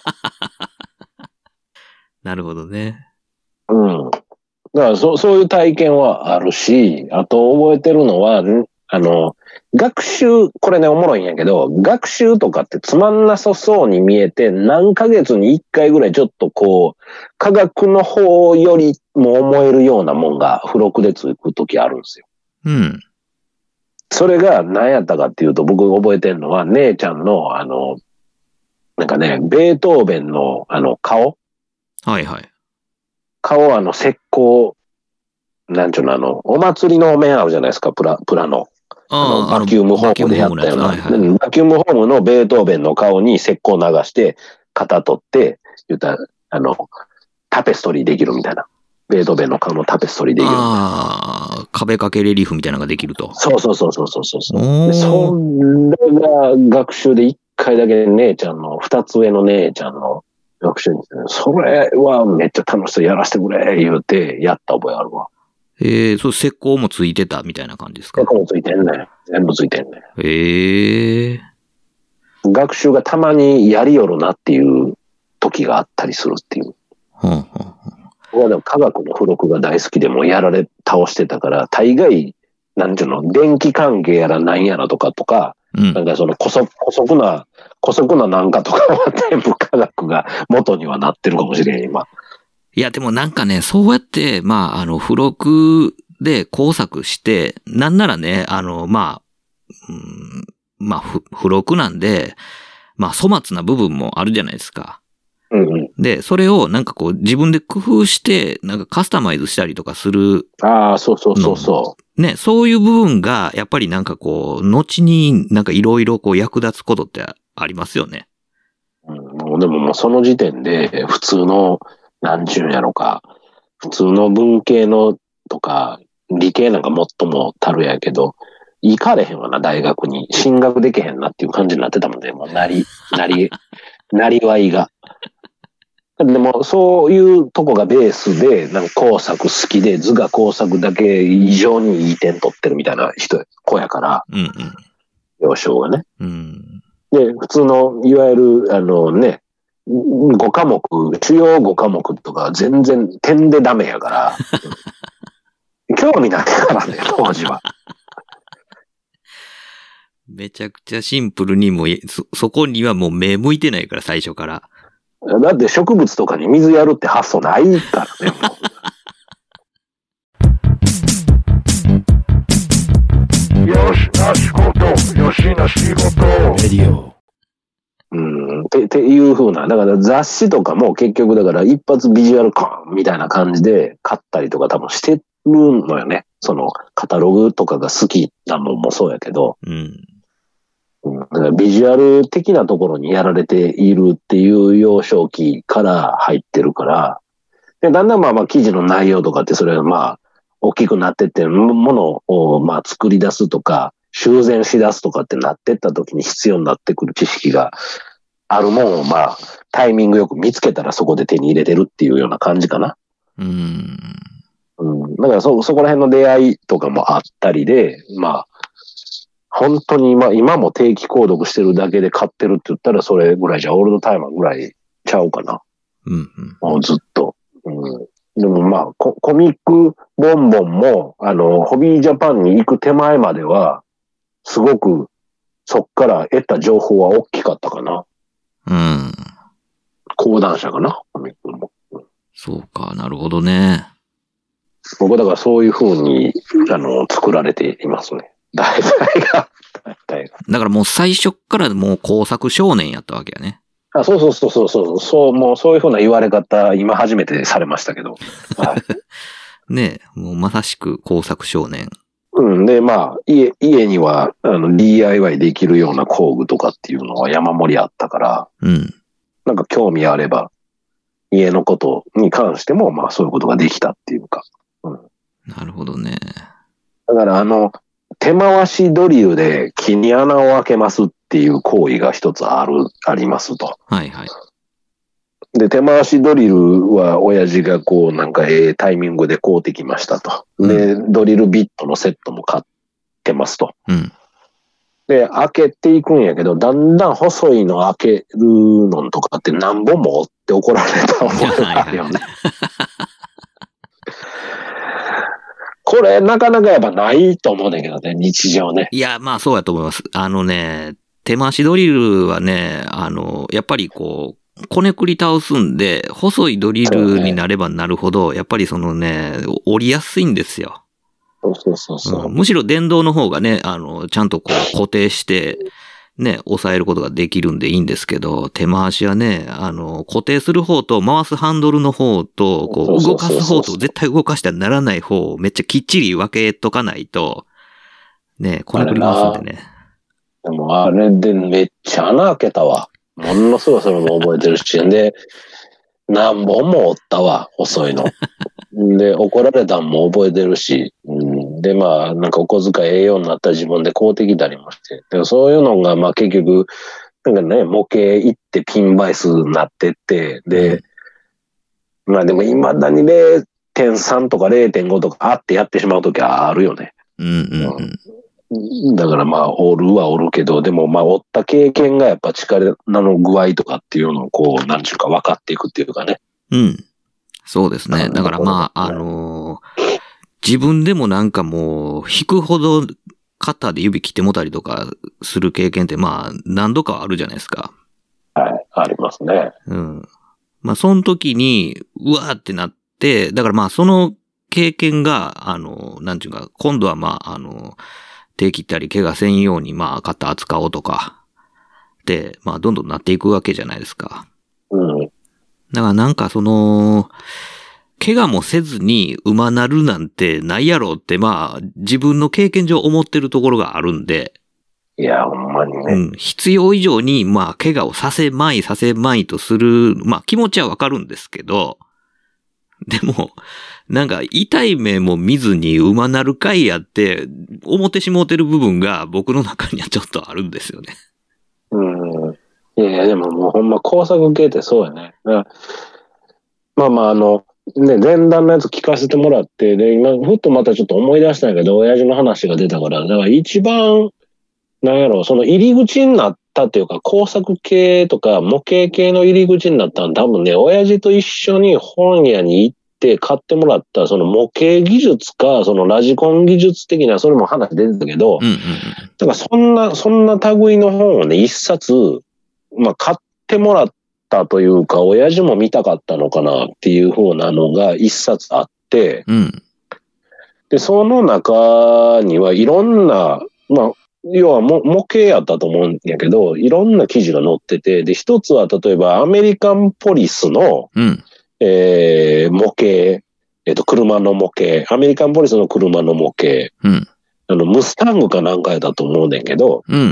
S1: なるほどね。
S3: うん。だからそ、そういう体験はあるし、あと覚えてるのは、あの、学習、これね、おもろいんやけど、学習とかってつまんなさそうに見えて、何ヶ月に一回ぐらいちょっとこう、科学の方よりも思えるようなもんが付録でつくときあるんですよ。
S1: うん。
S3: それが何やったかっていうと、僕覚えてるのは、姉ちゃんの、あの、なんかね、ベートーベンの、あの、顔
S1: はいはい。
S3: 顔、あの、石膏、なんちゅうの、あの、お祭りのお面あるじゃないですか、プラ、プラの。あの、バキュームホームでやったような、バキュームホームのベートーベンの顔に石膏流して、型取って、言ったら、あの、タペストリーできるみたいな。ベートーベンの顔のタペストリーできるみたいな。
S1: ああ、壁掛けレリーフみたいなのができると。
S3: そうそうそうそうそうそう。でそれが学習で一回だけ姉ちゃんの、二つ上の姉ちゃんの学習に、それはめっちゃ楽しそうやらせてくれ、言うて、やった覚えあるわ。
S1: ええー、そう、石膏もついてたみたいな感じですか？
S3: 石膏もついてんね。全部ついてんね。
S1: ええ
S3: ー。学習がたまにやりよるなっていう時があったりするっていう。
S1: はんはん
S3: 僕はでも科学の付録が大好きでもやられ倒してたから、大概、なんちゅうの、電気関係やらなんやらとかとか、うん、なんかその古速、古速な、古速ななんかとかは全部科学が元にはなってるかもしれん、今。
S1: いや、でもなんかね、そうやって、まあ、あの、付録で工作して、なんならね、あの、まあ、うん、まあ、付録なんで、まあ、粗末な部分もあるじゃないですか。
S3: うんうん、
S1: で、それをなんかこう自分で工夫して、なんかカスタマイズしたりとかする。
S3: ああ、そうそうそうそう。
S1: ね、そういう部分が、やっぱりなんかこう、後になんかいろいろこう役立つことってありますよね。
S3: うん、もうでももうその時点で、普通の、なんちゅうんやろか、普通の文系のとか、 理系なんか最もたるやけど、行かれへんわな、大学に。進学できへんなっていう感じになってたもんね。もう、なり、なり、なりわいが。でも、そういうとこがベースで、なんか工作好きで、図画工作だけ異常にいい点取ってるみたいな人、子やから、
S1: うんうん。
S3: 幼少がね。
S1: うん。
S3: で、普通の、いわゆる、あのね、ご科目、主要ご科目とか全然点でダメやから、興味ないからね、当時は。
S1: めちゃくちゃシンプルにも、そ、そこにはもう目向いてないから、最初から。
S3: だって植物とかに水やるって発想ないからね、もう。
S4: よしな仕事、よしな仕事。レディオ。
S3: うん、て、っていう風な。だから雑誌とかも結局だから一発ビジュアルコンみたいな感じで買ったりとか多分してるのよね。そのカタログとかが好きなのもそうやけど。
S1: うん
S3: うん、だからビジュアル的なところにやられているっていう幼少期から入ってるから、でだんだんまあまあ記事の内容とかってそれはまあ大きくなってってものをまあ作り出すとか修繕し出すとかってなってった時に必要になってくる知識があるもんをまあタイミングよく見つけたらそこで手に入れてるっていうような感じかな。
S1: うん。
S3: うん。だからそ、そこら辺の出会いとかもあったりで、まあ、本当に今、今も定期購読してるだけで買ってるって言ったらそれぐらいじゃ、オールドタイマーぐらいちゃうかな。
S1: うんうん。
S3: もうずっと。うん。でもまあコ、コミックボンボンも、あの、ホビージャパンに行く手前までは、すごく、そっから得た情報は大きかったかな。
S1: うん。
S3: 講談社かな、コミックも。
S1: そうか、なるほどね。
S3: 僕だからそういう風に、あの、作られていますね。大体が。大体が。
S1: だからもう最初っからもう工作少年やったわけやね。
S3: あ、そうそうそうそうそう、そう、もうそういう風な言われ方、今初めてされましたけど。はい、
S1: ねえ、もうまさしく工作少年。
S3: うん。で、まあ、家、家には、あの、ディーアイワイ できるような工具とかっていうのは山盛りあったから、
S1: うん。
S3: なんか興味あれば、家のことに関しても、まあそういうことができたっていうか。うん。
S1: なるほどね。
S3: だからあの、手回しドリルで木に穴を開けますっていう行為が一つある、ありますと。
S1: はいはい。
S3: で、手回しドリルは親父がこうなんかええタイミングで買うてきましたと。で、ドリルビットのセットも買ってますと。
S1: うん。
S3: で、開けていくんやけど、だんだん細いの開けるのとかって何本も折って怒られた覚えがあるよね。これなかなかやっぱないと思うんだけどね、日常ね。
S1: いや、まあそうやと思います。あのね、手回しドリルはね、あの、やっぱりこう、こねくり倒すんで、細いドリルになればなるほど、やっぱりそのね、折りやすいんですよ。
S3: そうそうそうそう、
S1: うん。むしろ電動の方がね、あの、ちゃんとこう固定して、ね、押さえることができるんでいいんですけど、手回しはね、あの、固定する方と回すハンドルの方と、こう、動かす方と絶対動かしてはならない方をめっちゃきっちり分けとかないと、ね、こねくりますんでね。
S3: でもあれでめっちゃ穴開けたわ。ものすごいそれも覚えてるし、で、何本も折ったわ、細いの。で、怒られたんも覚えてるし、うん、で、まあ、なんかお小遣いええようになったら自分で買うてきたりもして、でもそういうのが、まあ結局、なんかね、模型いってピン倍数になってって、で、まあでも未だに れいてんさん とか れいてんご とかあってやってしまうときはあるよね。
S1: うんうんうん。
S3: だからまあ、折るは折るけど、でもまあ、折った経験がやっぱ力の具合とかっていうのをこう、なんちゅうか分かっていくっていうかね。
S1: うん。そうですね。だからまあ、あのー、自分でもなんかもう、引くほど肩で指切ってもたりとかする経験ってまあ、何度かはあるじゃないですか。
S3: はい、ありますね。
S1: うん。まあ、その時に、うわーってなって、だからまあ、その経験が、あの、なんていうか、今度はまあ、あの、手切ったり怪我せんように、まあ、肩扱おうとか、で、まあ、どんどんなっていくわけじゃないですか。
S3: うん。
S1: だからなんかその、怪我もせずに馬なるなんてないやろって、まあ、自分の経験上思ってるところがあるんで、
S3: いや、ほんまにね。
S1: うん、必要以上に、まあ、怪我をさせまいさせまいとする、まあ、気持ちはわかるんですけど、 でも、なんか痛い目も見ずに馬なるかいやって思ってしもうてる部分が僕の中にはちょっとあるんですよね。
S3: うん。いやいや、でももうほんま工作系ってそうやね。まあまあ、あの、ね、前段のやつ聞かせてもらって、で、今、ふっとまたちょっと思い出したんやけど、親父の話が出たから、だから一番、なんやろ、その入り口になったっていうか、工作系とか模型系の入り口になったの多分ね、親父と一緒に本屋に行って買ってもらった、その模型技術か、そのラジコン技術的な、それも話出てたけど、
S1: うんうんうん、
S3: だからそんな、そんな類の本をね、一冊、まあ買ってもらったというか、親父も見たかったのかなっていう風なのが一冊あって、
S1: うん、
S3: で、その中にはいろんな、まあ、要は模型やったと思うんやけど、いろんな記事が載ってて、で、一つは例えばアメリカンポリスの、
S1: うん、
S3: えー、模型、えっと、車の模型、アメリカンポリスの車の模型、
S1: うん、
S3: あの、ムスタングかなんかやったと思うねんけど、
S1: うん、うん、うん、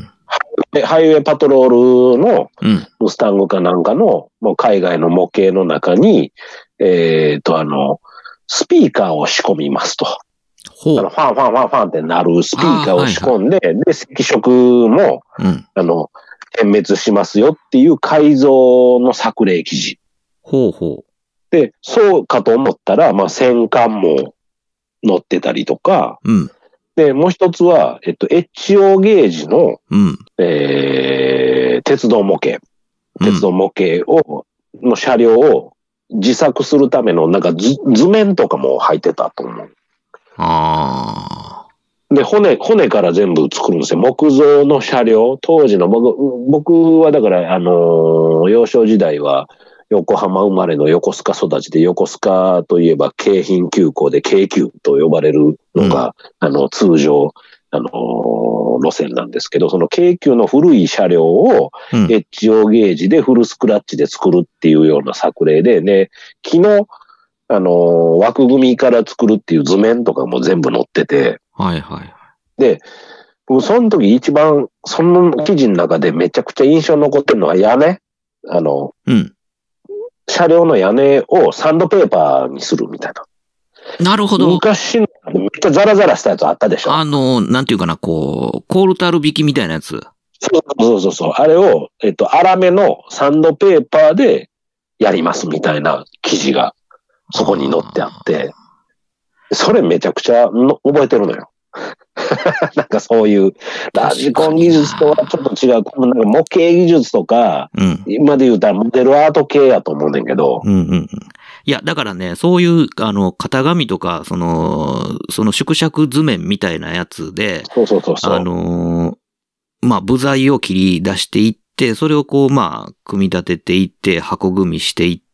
S3: ハイウェイパトロールの
S1: うん、
S3: ムスタングかなんかの、もう海外の模型の中に、えっと、あの、スピーカーを仕込みますと。
S1: ほう。
S3: あのファンファンファンファンってなるスピーカーを仕込んで、はいはい、で、赤色も、
S1: うん、
S3: あの、点滅しますよっていう改造の作例記事。
S1: ほうほう。
S3: で、そうかと思ったら、まあ、戦艦も載ってたりとか、
S1: うん、
S3: で、もう一つは、えっと、エッジオー ゲージの、
S1: うん、
S3: えー、鉄道模型。鉄道模型を、うん、の車両を自作するための、なんか図、図面とかも入ってたと思う。
S1: ああ。
S3: で、骨、骨から全部作るんですよ。木造の車両。当時の僕、僕はだから、あのー、幼少時代は、横浜生まれの横須賀育ちで、横須賀といえば京浜急行で京急と呼ばれるのが、うん、あの、通常、あのー、路線なんですけど、その京急の古い車両を、エッジオーゲージでフルスクラッチで作るっていうような作例で、ね、昨日、あのー、枠組みから作るっていう図面とかも全部載ってて、
S1: はいはい。
S3: で、僕その時一番、その記事の中でめちゃくちゃ印象に残ってるのは屋根。あの、
S1: うん。
S3: 車両の屋根をサンドペーパーにするみたいな。
S1: なるほど。
S3: 昔のめっちゃザラザラしたやつあったでしょ。
S1: あの、なんていうかな、こう、コールタル引きみたいなやつ。
S3: そうそうそう。あれを、えっと、粗めのサンドペーパーでやりますみたいな記事がそこに載ってあって、それめちゃくちゃの覚えてるのよ。なんかそういうラジコン技術とはちょっと違う、なんか模型技術とか、うん、今で言うたらモデルアート系やと思うねんけど。
S1: うんうんうん。いや、だからね、そういう、あの、型紙とか、その、その縮尺図面みたいなやつで、
S3: そうそうそうそう。
S1: あの、まあ、部材を切り出していって、それをこう、まあ、組み立てていって、箱組みしていって、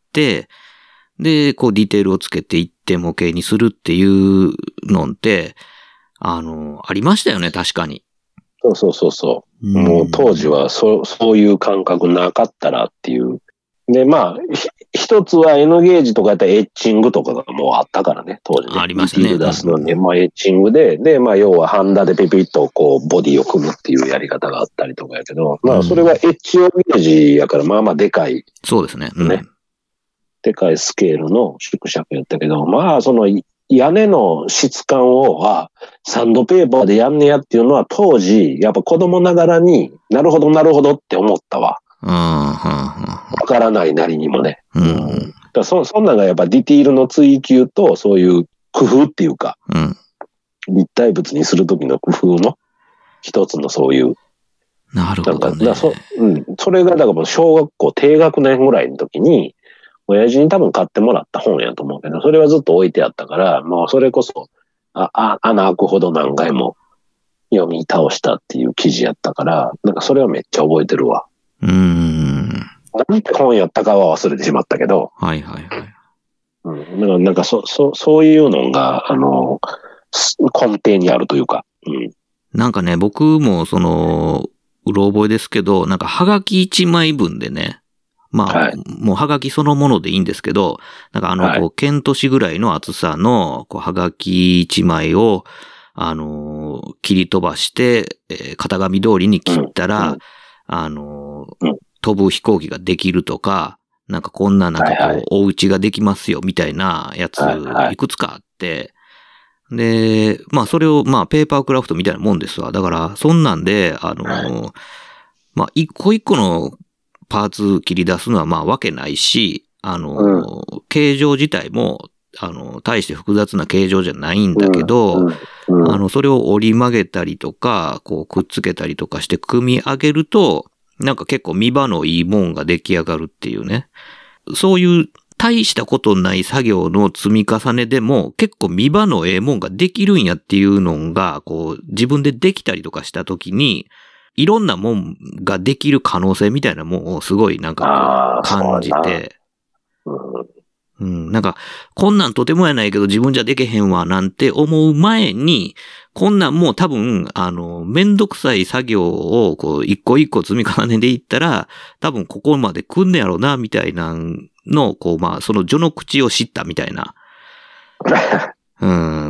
S1: で、こう、ディテールをつけていって、模型にするっていうのって、あの、ありましたよね、確かに。
S3: そうそうそうそう。うん、もう当時はそ、そういう感覚なかったらっていう。で、まあ、一つは N ゲージとかやったらエッチングとかがもうあったからね、当時ね。
S1: ありましたね。
S3: ディテール出すのに、まあエッチングで、で、まあ要はハンダでピピッとこうボディを組むっていうやり方があったりとかやけど、まあそれはエッジオーゲージやからまあまあでかい。
S1: そうですね。うん、
S3: ね。でかいスケールの縮尺やったけど、まあその屋根の質感を、あ、サンドペーパーでやんねやっていうのは当時、やっぱ子供ながらになるほどなるほどって思ったわ。わからないなりにもね。
S1: うん、
S3: だそそんなのがやっぱディティールの追求とそういう工夫っていうか、
S1: うん、
S3: 立体物にするときの工夫の一つのそういう。
S1: なるほど、ね。
S3: なんかだそ、うん。それがだからもう小学校低学年ぐらいの時に、親父に多分買ってもらった本やと思うけど、それはずっと置いてあったから、もうそれこそ、あ、あ、穴開くほど何回も読み倒したっていう記事やったから、なんかそれはめっちゃ覚えてるわ。
S1: うーん。
S3: なんて本やったかは忘れてしまったけど。
S1: はいはいはい。
S3: うん。だからなんかそ、そ、そういうのが、あの、根底にあるというか。うん。
S1: なんかね、僕もその、うろ覚えですけど、なんかはがき一枚分でね、まあ、はい、もうはがきそのものでいいんですけど、なんかあの、こう、はい、剣年ぐらいの厚さの、こう、はがき一枚を、あのー、切り飛ばして、えー、型紙通りに切ったら、うん、あのー、うん、飛ぶ飛行機ができるとか、 なんかこんななんかこう、
S3: はいはい
S1: お家ができますよみたいなやつ
S3: はいはい
S1: いくつかあって、で、まあそれをまあペーパークラフトみたいなもんですわ。だからそんなんで、あの、
S3: は
S1: まあ一個一個のパーツ切り出すのはまあわけないし、あの、形状自体も、あの、大して複雑な形状じゃないんだけど、
S3: うんうんうん
S1: あの、それを折り曲げたりとか、こうくっつけたりとかして組み上げると、なんか結構見場のいいもんが出来上がるっていうね。そういう大したことない作業の積み重ねでも結構見場のええもんができるんやっていうのが、こう自分でできたりとかしたときに、いろんなもんができる可能性みたいなもんをすごいなんかこう感じて、うん、なんか、こんなんとてもやないけど自分じゃできへんわなんて思う前に、こんなんもう多分、あの、めんどくさい作業をこう一個一個積み重ねていったら、多分ここまで来んねやろな、みたいなのを、こうまあ、その序の口を知ったみたいな。うん、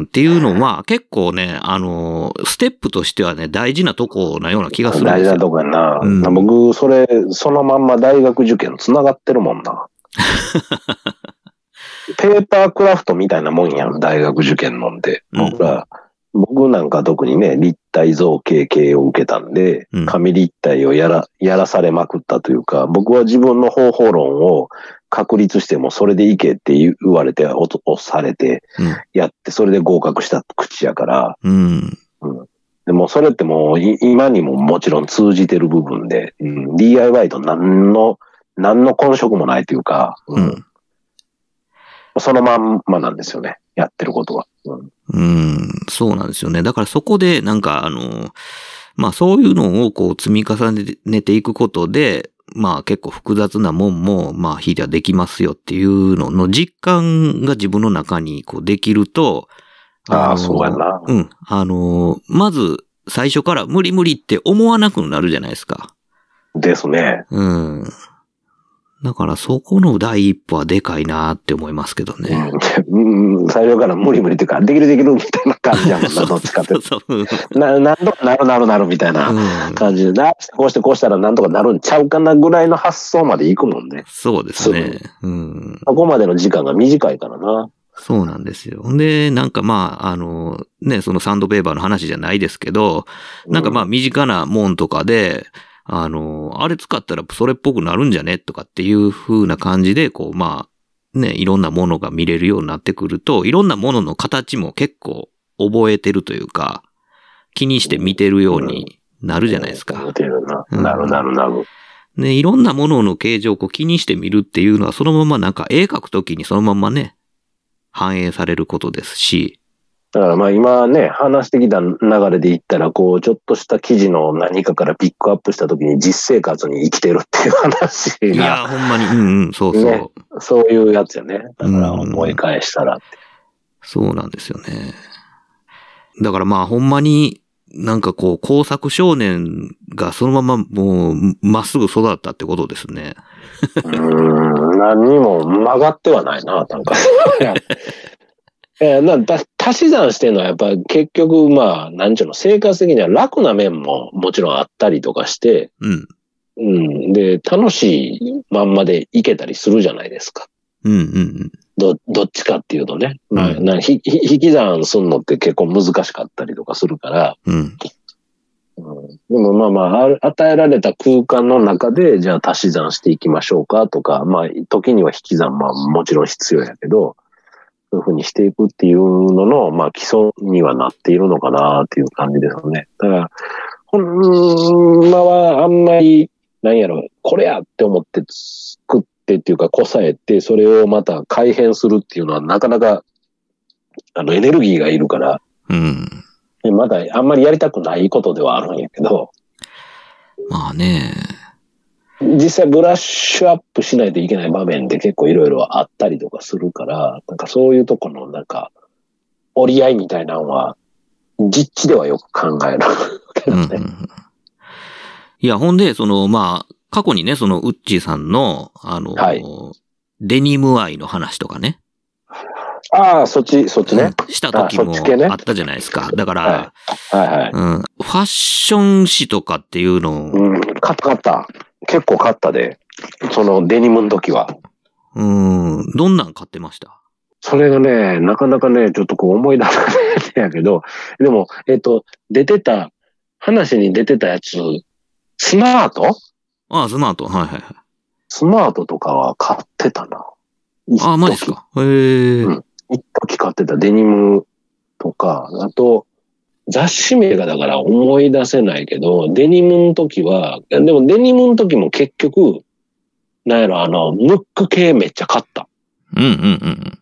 S1: っていうのは結構ね、あの、ステップとしてはね、大事なとこなような気がするんですよ。
S3: 大事なとこやな。
S1: うん
S3: 僕、それ、そのまんま大学受験繋がってるもんな。ペーパークラフトみたいなもんやん、大学受験のんで。僕ら、うん、僕なんか特にね、立体造形系を受けたんで、うん、紙立体をやら、やらされまくったというか、僕は自分の方法論を確立してもそれでいけって言われて、押されて、やって、それで合格した口やから、
S1: うん
S3: うん、でもそれってもう今にももちろん通じてる部分で、うん、ディーアイワイ と何の、何の遜色もないというか、うん
S1: うん
S3: そのまんまなんですよね。やってることは。
S1: うん、うんそうなんですよね。だからそこで、なんか、あの、まあそういうのをこう積み重ねていくことで、まあ結構複雑なもんも、まあひいてはできますよっていうのの実感が自分の中にこうできると、
S3: ああ、そうやな。
S1: うん。あの、まず最初から無理無理って思わなくなるじゃないですか。
S3: ですね。
S1: うん。だからそこの第一歩はでかいなって思いますけどね。
S3: うん、最初から無理無理っていうか、できるできるみたいな感じやもんな、どっちかって。そうそうそうな、なんとかなるなるなるみたいな感じで、うん、こうしてこうしたらなんとかなるんちゃうかなぐらいの発想までいくもんね。
S1: そうですね。うん。
S3: そこまでの時間が短いからな。
S1: そうなんですよ。で、なんかまあ、あの、ね、そのサンドペーパーの話じゃないですけど、なんかまあ身近なもんとかで、あの、あれ使ったらそれっぽくなるんじゃねとかっていう風な感じで、こう、まあ、ね、いろんなものが見れるようになってくると、いろんなものの形も結構覚えてるというか、気にして見てるようになるじゃないですか。
S3: 見てるな。なるなるなる。
S1: ね、いろんなものの形状をこう気にして見るっていうのは、そのままなんか絵描くときにそのままね、反映されることですし、
S3: だからまあ今ね、話してきた流れで言ったら、こう、ちょっとした記事の何かからピックアップしたときに実生活に生きてるっていう話が。
S1: いや、ほんまに、うんうん、そうそう、ね。
S3: そういうやつよね。だから思い返したらって、うん。
S1: そうなんですよね。だからまあほんまになんかこう、工作少年がそのままもうまっすぐ育ったってことですね。
S3: うーん、何にも曲がってはないな、なんか。えー、な足し算してるのはやっぱ結局まあ、なんちゅうの、生活的には楽な面ももちろんあったりとかして、
S1: うん。
S3: うん。で、楽しいまんまでいけたりするじゃないですか。
S1: うんうんうん。
S3: ど、どっちかっていうとね。まあ、
S1: うん、
S3: なひひ引き算するのって結構難しかったりとかするから。
S1: うん。
S3: うん、でもまあまあ、与えられた空間の中で、じゃあ足し算していきましょうかとか、まあ、時には引き算まあもちろん必要やけど、そういうふうにしていくっていうのの、まあ基礎にはなっているのかなっていう感じですよね。だから、ほんまはあんまり、なんやろ、これやって思って作ってっていうか、こさえて、それをまた改変するっていうのはなかなか、あの、エネルギーがいるから、
S1: うん。
S3: まだあんまりやりたくないことではあるんやけど。
S1: まあね。
S3: 実際ブラッシュアップしないといけない場面で結構いろいろあったりとかするから、なんかそういうとこのなんか折り合いみたいなのは実地ではよく考えるけどね。うんうん、
S1: いや、ほんで、その、まあ、過去にね、そのウッチーさんの、あの、はい、デニム愛の話とかね。
S3: ああ、そっち、そっちね。
S1: うん、した時もあったじゃないですか。だから、
S3: はい、はいはい、
S1: うん、ファッション誌とかっていうのを。
S3: うん、買った買った。結構買ったで。そのデニムの時は。
S1: うん。どんなん買ってました？
S3: それがね、なかなかね、ちょっとこう思い出さないんやけど、でも、えっと、出てた、話に出てたやつ、スマート？
S1: ああ、スマート。はいはいはい。
S3: スマートとかは買ってたな。
S1: ああ、マジっすか。へえ。
S3: うん。一時買ってたデニムとか、あと、雑誌名がだから思い出せないけど、デニムの時は、でもデニムの時も結局、なんやろ、あの、ムック系めっちゃ買った。
S1: うんうんうん。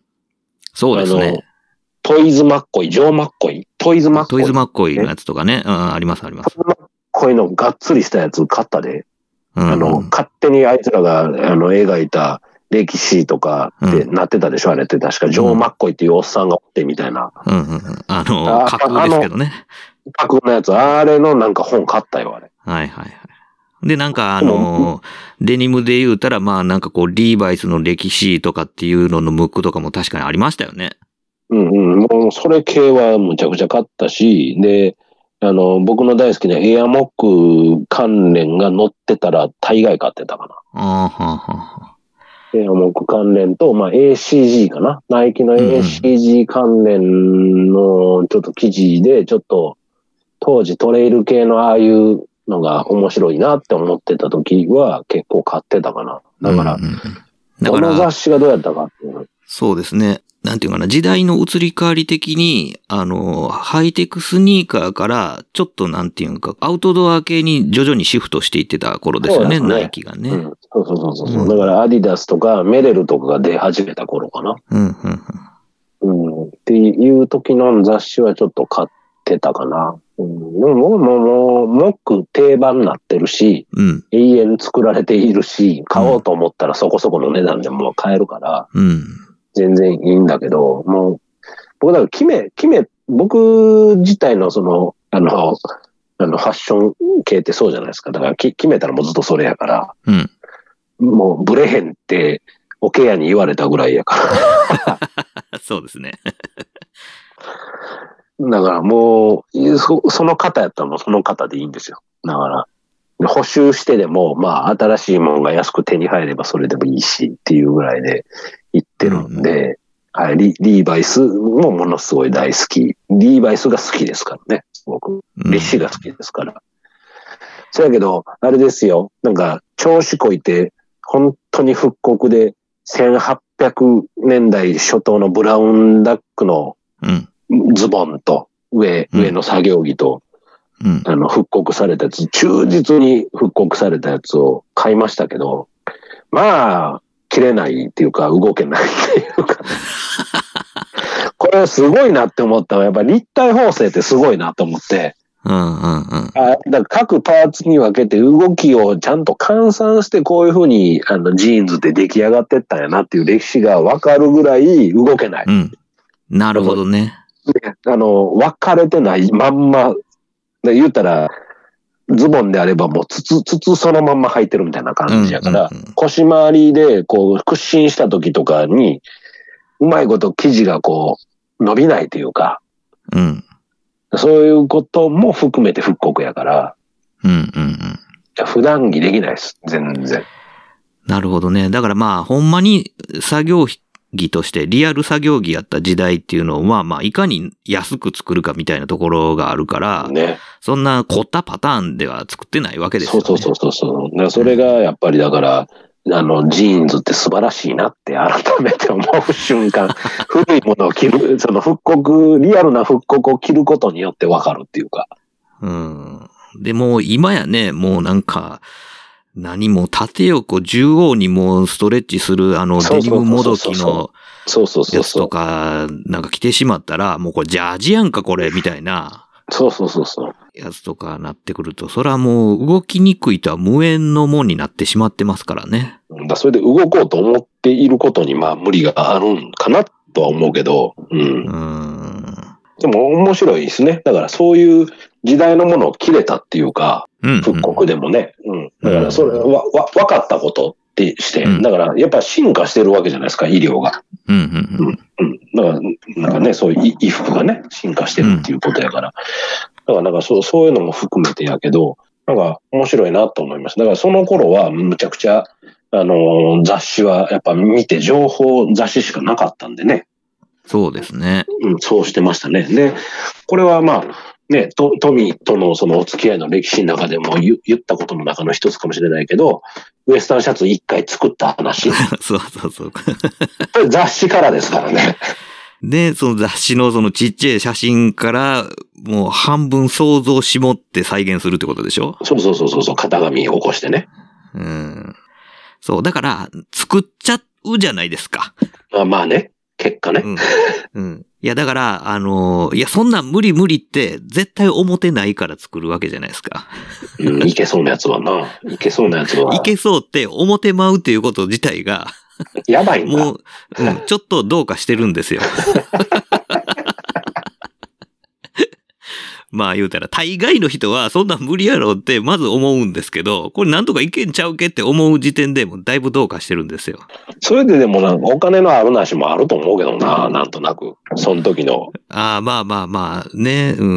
S1: そうですね。
S3: トイズマッコイ、ジョーマッコイ、トイズマッコイ。
S1: トイズマッコイのやつとかね。うん、ありますあります。
S3: トイズマッコイのがっつりしたやつ買ったで。
S1: うんうん、
S3: あの、勝手にあいつらが、あの、描いた歴史とかってなってたでしょ、うん、あれって確か、ジョー・マッコイっていうおっさんがおってみたいな。
S1: うんうんうん。あの、架空ですけどね。
S3: 架空のやつ、あれのなんか本買ったよ、あれ。
S1: はいはいはい。で、なんかあの、デニムで言うたら、まあなんかこう、リーバイスの歴史とかっていうののムックとかも確かにありましたよね。
S3: うんうん。もう、それ系はむちゃくちゃ買ったし、で、あの、僕の大好きなエアモック関連が載ってたら大概買ってたかな。
S1: ああ、はあ、はあ。
S3: エアモック関連と、まあ エーシージー かな。ナイキの エーシージー 関連のちょっと記事で、ちょっと当時トレイル系のああいうのが面白いなって思ってた時は結構買ってたかな。だから、うんうん、だからこの雑誌がどうやったかっていう。
S1: そうですね。なんていうかな、時代の移り変わり的に、あの、ハイテクスニーカーから、ちょっとなんていうか、アウトドア系に徐々にシフトしていってた頃ですよね、ねナイキがね、うん。
S3: そうそうそうそう、うん。だからアディダスとかメレルとかが出始めた頃かな。
S1: うんうん
S3: うんうん、っていう時の雑誌はちょっと買ってたかな。うん、でももう、もう、もう、モック定番になってるし、
S1: うん、
S3: 永遠作られているし、買おうと思ったらそこそこの値段でもう買えるから、
S1: うん
S3: 全然いいんだけど、もう、僕だから決め、決め、僕自体のその、あの、あの、ファッション系ってそうじゃないですか。だからき決めたらもうずっとそれやから、
S1: うん、
S3: もうブレへんって、オケアに言われたぐらいやから。
S1: そうですね。
S3: だからもうそ、その方やったらもうその方でいいんですよ。だから、補修してでも、まあ、新しいものが安く手に入ればそれでもいいしっていうぐらいで言ってるんで、うん、はい、リ、リーバイスもものすごい大好き。リーバイスが好きですからね、僕。レシが好きですから。うん、そやけど、あれですよ、なんか、調子こいて、本当に復刻で、せんはっぴゃくねんだい初頭のブラウンダックのズボンと、上、上の作業着と、うん、あの、復刻されたやつ、忠実に復刻されたやつを買いましたけど、まあ、着れないっていうか、動けないっていうか、ね、これすごいなって思ったのは、やっぱり立体縫製ってすごいなと思って、
S1: うんうんうん、
S3: あだから各パーツに分けて動きをちゃんと換算してこういうふうにあのジーンズって出来上がってったんやなっていう歴史が分かるぐらい動けない。
S1: うん、なるほどね。
S3: あの、分かれてないまんま、言ったら、ズボンであればもう筒、筒そのまんま履いてるみたいな感じやから、うんうんうん、腰回りでこう屈伸した時とかに、うまいこと生地がこう伸びないというか、
S1: うん、
S3: そういうことも含めて復刻やから、
S1: うんうんうん、
S3: 普段着できないです、全然。
S1: なるほどね。だからまあ、ほんまに作業着としてリアル作業着やった時代っていうのは、まあ、いかに安く作るかみたいなところがあるから、
S3: ね、
S1: そんな凝ったパターンでは作ってないわけですよね。
S3: そうそうそうそう。だからそれがやっぱりだから、うん、あの、ジーンズって素晴らしいなって改めて思う瞬間、古いものを着る、その復刻、リアルな復刻を着ることによってわかるっていうか。
S1: うん。でも今やね、もうなんか、何も縦横縦横にもストレッチするあのデニムもどきのやつとかなんか着てしまったらもうこれジャージやんかこれみたいな
S3: そうそうそうそう
S1: やつとかなってくるとそれはもう動きにくいとは無縁のもんになってしまってますからね。
S3: だそれで動こうと思っていることにまあ無理があるんかなとは思うけど、うん。
S1: うーん
S3: でも面白いですね。だからそういう時代のものを切れたっていうか、うんうん、復刻でもね。うん。だからそれは、わ、分かったことってして、うん、だからやっぱ進化してるわけじゃないですか、医療が。
S1: うんうん
S3: うん。だから、なんかね、そういう衣服がね、進化してるっていうことやから。だからなんかそう、そういうのも含めてやけど、なんか面白いなと思いました。だからその頃はむちゃくちゃ、 あの、雑誌はやっぱ見て情報雑誌しかなかったんでね。
S1: そうですね。
S3: うん、そうしてましたね。で、これはまあ、ね、トトミーとのそのお付き合いの歴史の中でも言言ったことの中の一つかもしれないけど、ウエスタンシャツ一回作った話。
S1: そうそうそう。
S3: これ雑誌からですからね。
S1: で、その雑誌のそのちっちゃい写真から、もう半分想像絞って再現するってことでしょ？
S3: そうそうそうそう、型紙を起こしてね。
S1: うん。そう、だから、作っちゃうじゃないですか。
S3: まあまあね、結果ね。
S1: うん。うん。いや、だから、あのー、いや、そんなん無理無理って絶対思ってないから作るわけじゃないですか。
S3: うん、いけそうなやつはな。いけそうなやつは。
S1: いけそうって思ってまうっていうこと自体が、
S3: やばいんだ。
S1: もう、うん、ちょっとどうかしてるんですよ。まあ言うたら、大概の人はそんなん無理やろってまず思うんですけど、これなんとかいけんちゃうけって思う時点でもうだいぶどうかしてるんですよ。
S3: それででもなんかお金のあるなしもあると思うけどな、なんとなく。その時の。
S1: ああ、まあまあまあ、ね、うん、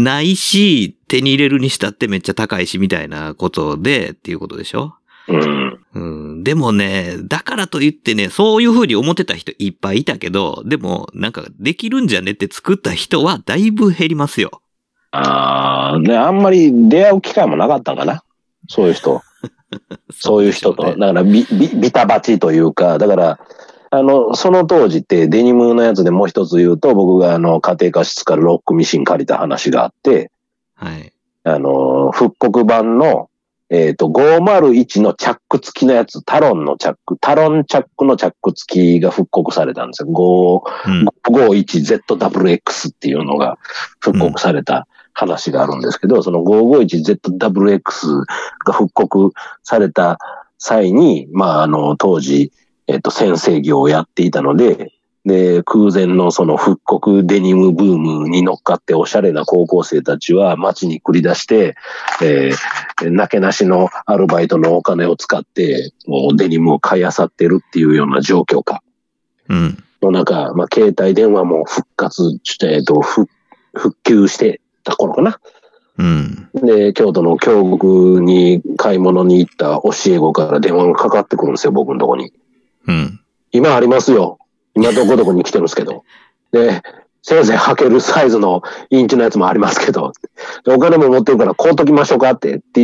S1: ないし、手に入れるにしたってめっちゃ高いしみたいなことでっていうことでしょ？
S3: うん。
S1: うん、でもね、だからといってね、そういう風に思ってた人いっぱいいたけど、でもなんかできるんじゃねって作った人はだいぶ減りますよ。
S3: ああ、で、あんまり出会う機会もなかったんかな。そういう人。そういう人と。だからビ、ビ、ビタバチというか、だから、あの、その当時ってデニムのやつでもう一つ言うと、僕があの、家庭科室からロックミシン借りた話があって、
S1: はい。
S3: あの、復刻版の、えっと、ごーまるいちのチャック付きのやつ、タロンのチャック、タロンチャックのチャック付きが復刻されたんですよ。ごーごーいちゼットダブリューエックス っていうのが復刻された話があるんですけど、うん、その ごーごーいちゼットダブリューエックス が復刻された際に、まあ、あの、当時、えっと、先生業をやっていたので、で、空前のその復刻デニムブームに乗っかっておしゃれな高校生たちは街に繰り出して、えー、なけなしのアルバイトのお金を使って、もうデニムを買い漁ってるっていうような状況下。
S1: うん。
S3: の中、まあ、携帯電話も復活して、えっと、復旧してた頃かな。
S1: うん。
S3: で、京都の京極に買い物に行った教え子から電話がかかってくるんですよ、僕のとこに。
S1: うん。
S3: 今ありますよ。今どこどこに来てるんですけど。で、先生履けるサイズのインチのやつもありますけど、お金も持ってるから買うときましょうかってっていう、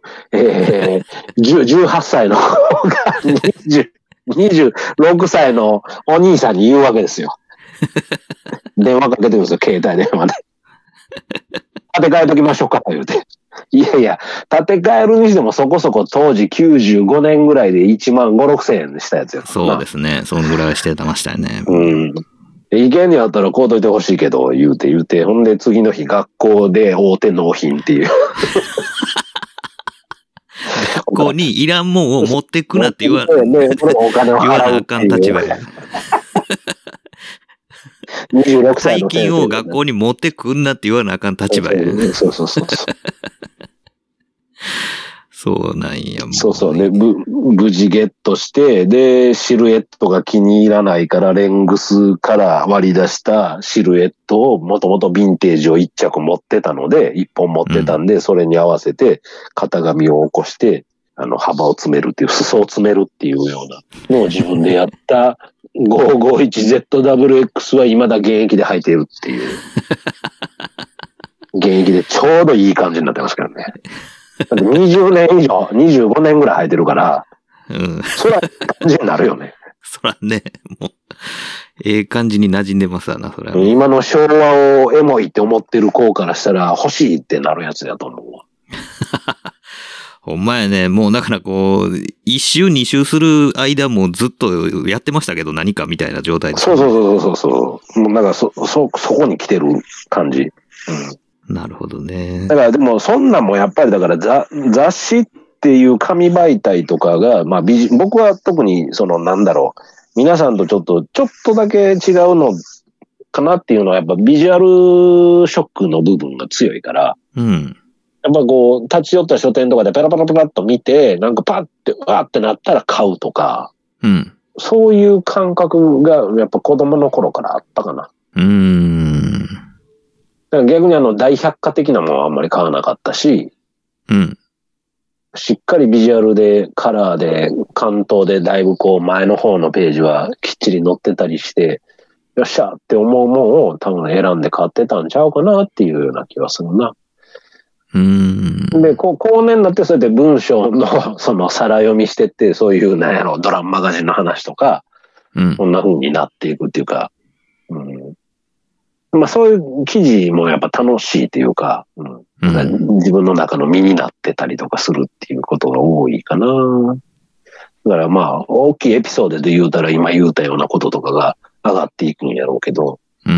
S3: えー、じゅうはっさいの子がにじゅうろくさいのお兄さんに言うわけですよ。電話かけてくるんですよ、携帯電話で。建て替えときましょうか言うて。いやいや、建て替えるにしてもそこそこ当時きゅうじゅうごねんぐらいでいちまんご、ろくせんえんでしたやつや。
S1: そうですね。そのぐらいしてましたよね。
S3: うん。意見にあったらこうといてほしいけど、言うて言うて、ほんで次の日学校で大手納品っていう。
S1: 学校にいらんもんを持ってくなって言わな、
S3: ね、これお金を
S1: 言わなあかん立場や。
S3: にじゅうろくさいの
S1: 大金を学校に持ってくんなって言わなあかん立場や。
S3: そうそうそうそう。
S1: そうなんや、もう。
S3: そうそうね。ぶ、無事ゲットして、で、シルエットが気に入らないから、レングスから割り出したシルエットを、もともとヴィンテージを一着持ってたので、一本持ってたんで、うん、それに合わせて、型紙を起こして、あの、幅を詰めるっていう、裾を詰めるっていうようなのを自分でやった、ごーごーいちゼットダブリューエックス は未だ現役で履いているっていう。現役でちょうどいい感じになってますけどね。だってにじゅうねん以上、にじゅうごねんぐらい履いてるから、
S1: うん。
S3: そら、感じになるよね。
S1: そらね、もう、ええ感じに馴染んでますわな、それは。
S3: 今の昭和をエモいって思ってる子からしたら、欲しいってなるやつだと思うわ。
S1: ほんまやね、もうだからこう、一周二周する間もずっとやってましたけど、何かみたいな状態で。
S3: そうそうそうそうそう。もうなんかそ、そ、そこに来てる感じ。うん。
S1: なるほどね。
S3: だからでもそんなんもやっぱりだから雑雑誌っていう紙媒体とかが、まあビジ僕は特にそのなんだろう、皆さんとちょっと、ちょっとだけ違うのかなっていうのはやっぱビジュアルショックの部分が強いから、
S1: うん。
S3: やっぱこう、立ち寄った書店とかでペラペラペラっと見て、なんかパッて、わーってなったら買うとか、
S1: うん。
S3: そういう感覚がやっぱ子供の頃からあったかな。
S1: うーん。
S3: だから逆にあの大百科的なものはあんまり買わなかったし、
S1: うん。
S3: しっかりビジュアルで、カラーで、関東でだいぶこう前の方のページはきっちり載ってたりして、よっしゃって思うもんを多分選んで買ってたんちゃうかなっていうような気はするな。
S1: うーん。
S3: で、こう、後年になってそうやって文章のその皿読みしてって、そういうなんやろ、ドラママガジンの話とか、
S1: うん。
S3: こんな風になっていくっていうか、うん。まあそういう記事もやっぱ楽しいっていうか、うん。
S1: うん、
S3: 自分の中の身になってたりとかするっていうことが多いかな。だからまあ、大きいエピソードで言うたら今言うたようなこととかが上がっていくんやろうけど。
S1: うん。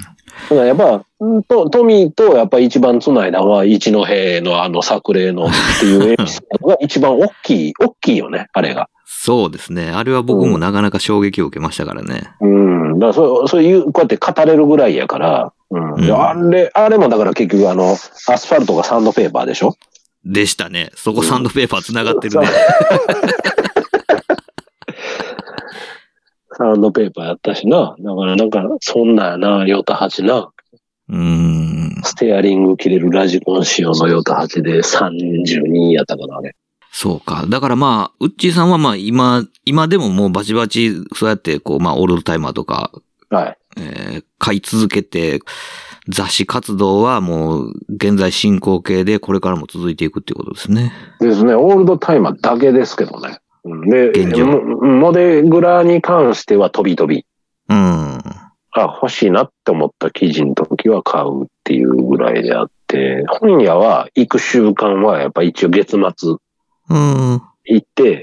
S3: だからやっぱ、とトミーとやっぱ一番つないだのは一戸のあの作例のっていうエピソードが一番大きい、大きいよね、あれが。
S1: そうですね。あれは僕もなかなか衝撃を受けましたからね。
S3: うん。だからそう、そういう、こうやって語れるぐらいやから、うん。で、あれ、あれもだから結局あの、アスファルトがサンドペーパーでしょ？
S1: でしたね。そこサンドペーパー繋がってるね。
S3: サンドペーパーやったしな。だからなんか、そんなんやな、ヨタはちな。
S1: うーん。
S3: ステアリング切れるラジコン仕様のヨタはちでさんじゅうにやったかな、あれ。
S1: そうか。だからまあ、ウッチーさんはまあ今、今でももうバチバチ、そうやってこう、まあオールドタイマーとか、
S3: はい。
S1: えー、買い続けて、雑誌活動はもう現在進行形でこれからも続いていくっていうことですね。
S3: ですね。オールドタイマーだけですけどね。で、
S1: 現状。
S3: モデグラに関しては飛び飛び。
S1: うん。あ、
S3: 欲しいなって思った記事の時は買うっていうぐらいであって、本屋は行く習慣はやっぱ一応月末。
S1: うん。
S3: 行って、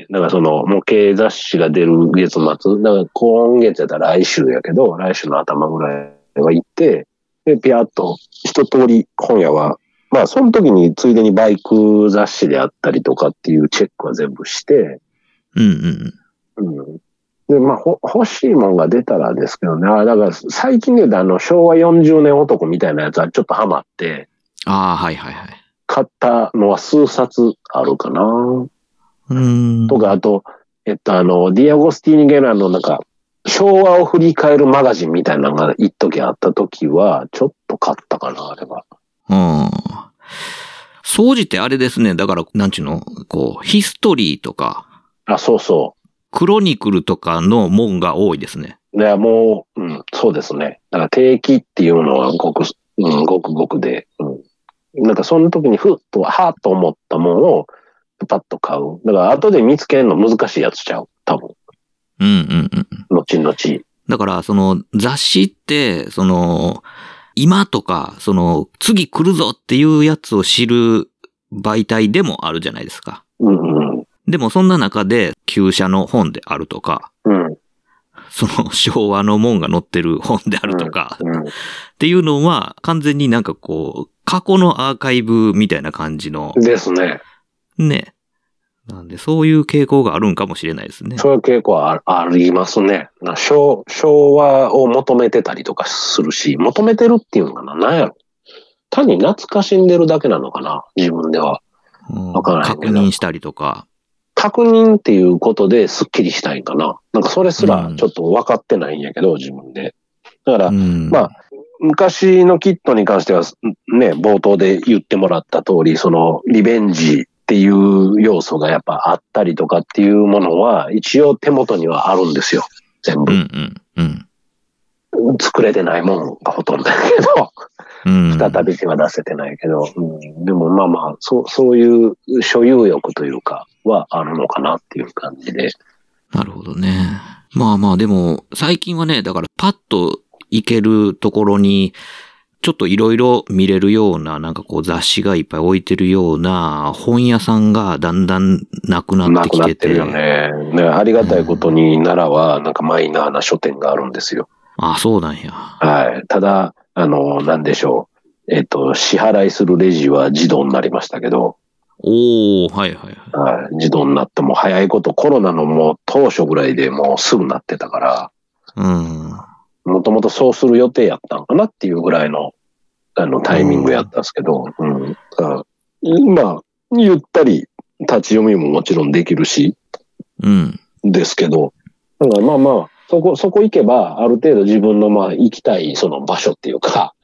S3: だからその模型雑誌が出る月末、だから今月やったら来週やけど、来週の頭ぐらいは行って、で、ピャッと一通り本屋は、まあその時についでにバイク雑誌であったりとかっていうチェックは全部して、
S1: うんうん。
S3: うん。で、まあほ欲しいもんが出たらですけどね、あだから最近で言うとあの昭和よんじゅうねん男みたいなやつはちょっとハマって、
S1: ああ、はいはいはい。
S3: 買ったのは数冊あるかな。
S1: うーん。
S3: とか、あと、えっと、あの、ディアゴスティーニ・ゲラのなんか、昭和を振り返るマガジンみたいなのが一時あった時は、ちょっと買ったかな、あれは。
S1: うん。総じてあれですね。だから、なんちゅうの、こう、ヒストリーとか。
S3: あ、そうそ
S1: う。クロニクルとかの門が多いですね。
S3: いや、もう、うん、そうですね。だから定期っていうのはごく、うん、ごくごくで、うん。なんかその時にふっと、はぁと思ったものを、パッと買う。だから後で見つけるの難しいやつちゃう。多分。
S1: うんうんうん。
S3: 後々。
S1: だから、その雑誌って、その、今とか、その、次来るぞっていうやつを知る媒体でもあるじゃないですか。
S3: うんうん。
S1: でもそんな中で、旧車の本であるとか、
S3: うん。
S1: その昭和の門が載ってる本であるとか、
S3: うんうん、
S1: っていうのは完全になんかこう、過去のアーカイブみたいな感じの。
S3: ですね。
S1: ね。なんでそういう傾向があるんかもしれないですね。
S3: そういう傾向は あ, ありますね。昭, 昭和を求めてたりとかするし、求めてるっていうのかな、なんやろ。単に懐かしんでるだけなのかな、自分では。わからないけど。
S1: 確認したりとか。
S3: 確認っていうことでスッキリしたいんかな。なんかそれすらちょっと分かってないんやけど、自分で。だから、うん、まあ、昔のキットに関してはね、冒頭で言ってもらった通り、そのリベンジっていう要素がやっぱあったりとかっていうものは一応手元にはあるんですよ。全部。
S1: うんうん
S3: うん、作れてないもんがほとんどだけど、うん、再び手は出せてないけど、うん、でもまあまあ、そう、そういう所有欲というかはあるのかなっていう感じで。
S1: なるほどね。まあまあでも最近はね、だからパッと行けるところに、ちょっといろいろ見れるような、なんかこう雑誌がいっぱい置いてるような本屋さんがだんだんなくなってきてて。
S3: なくなってるよね。ね、ありがたいことに奈良はなんかマイナーな書店があるんですよ。
S1: ああ、そうなんや。
S3: はい。ただ、あの、なんでしょう。えっと、支払いするレジは自動になりましたけど。
S1: おー、はいはい
S3: はい。はい。自動になっても早いことコロナのもう当初ぐらいでもうすぐなってたから。
S1: うん。
S3: もともとそうする予定やったんかなっていうぐらいの、あの、タイミングやったんですけど、うん。うん、今、ゆったり立ち読みももちろんできるし、
S1: うん。
S3: ですけど、だからまあまあ、そこ、そこ行けば、ある程度自分のまあ行きたいその場所っていうか、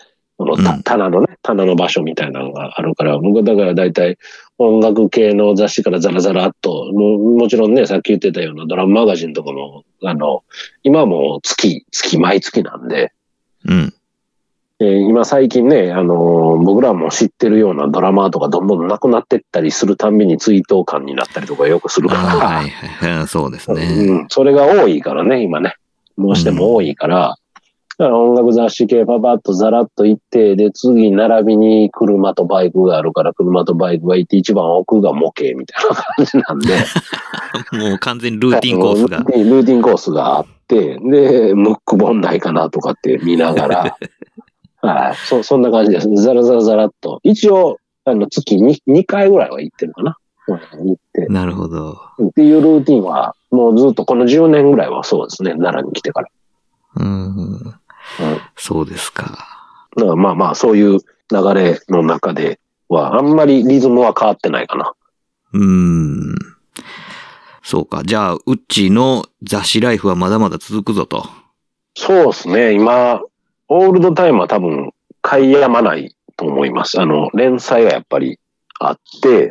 S3: そのた棚のね、棚の場所みたいなのがあるから、僕はだから大体音楽系の雑誌からザラザラっと、ももちろんね、さっき言ってたようなドラムマガジンとかも、あの、今はもう月、月、毎月なんで、
S1: うん。
S3: えー今最近ね、あのー僕らも知ってるようなドラマーとかどんどんなくなってったりするたんびに追悼感になったりとかよくする
S1: あ
S3: から、
S1: はいはいはい。そうですね。
S3: うん、それが多いからね、今ね。どうしても多いから、だから音楽雑誌系パパッとザラッと行って、で、次並びに車とバイクがあるから、車とバイクが行って一番奥が模型みたいな感じなんで、
S1: もう完全にルーティンコースが
S3: ルー。ティンルーティンコースがあって、で、ムック本ないかなとかって見ながら、はい、そ、そんな感じです。ザラザラザラっと。一応、あの、月に、にかいぐらいは行ってるかな。うん行って。
S1: なるほど。
S3: っていうルーティンは、もうずっとこのじゅうねんぐらいはそうですね。奈良に来てから。
S1: うん。
S3: うん。
S1: そうですか。
S3: だからまあまあ、そういう流れの中では、あんまりリズムは変わってないかな。
S1: うーん。そうか。じゃあ、ウッチーの雑誌ライフはまだまだ続くぞと。
S3: そうですね。今、オールドタイムは多分、買いやまないと思います。あの、連載がやっぱりあって、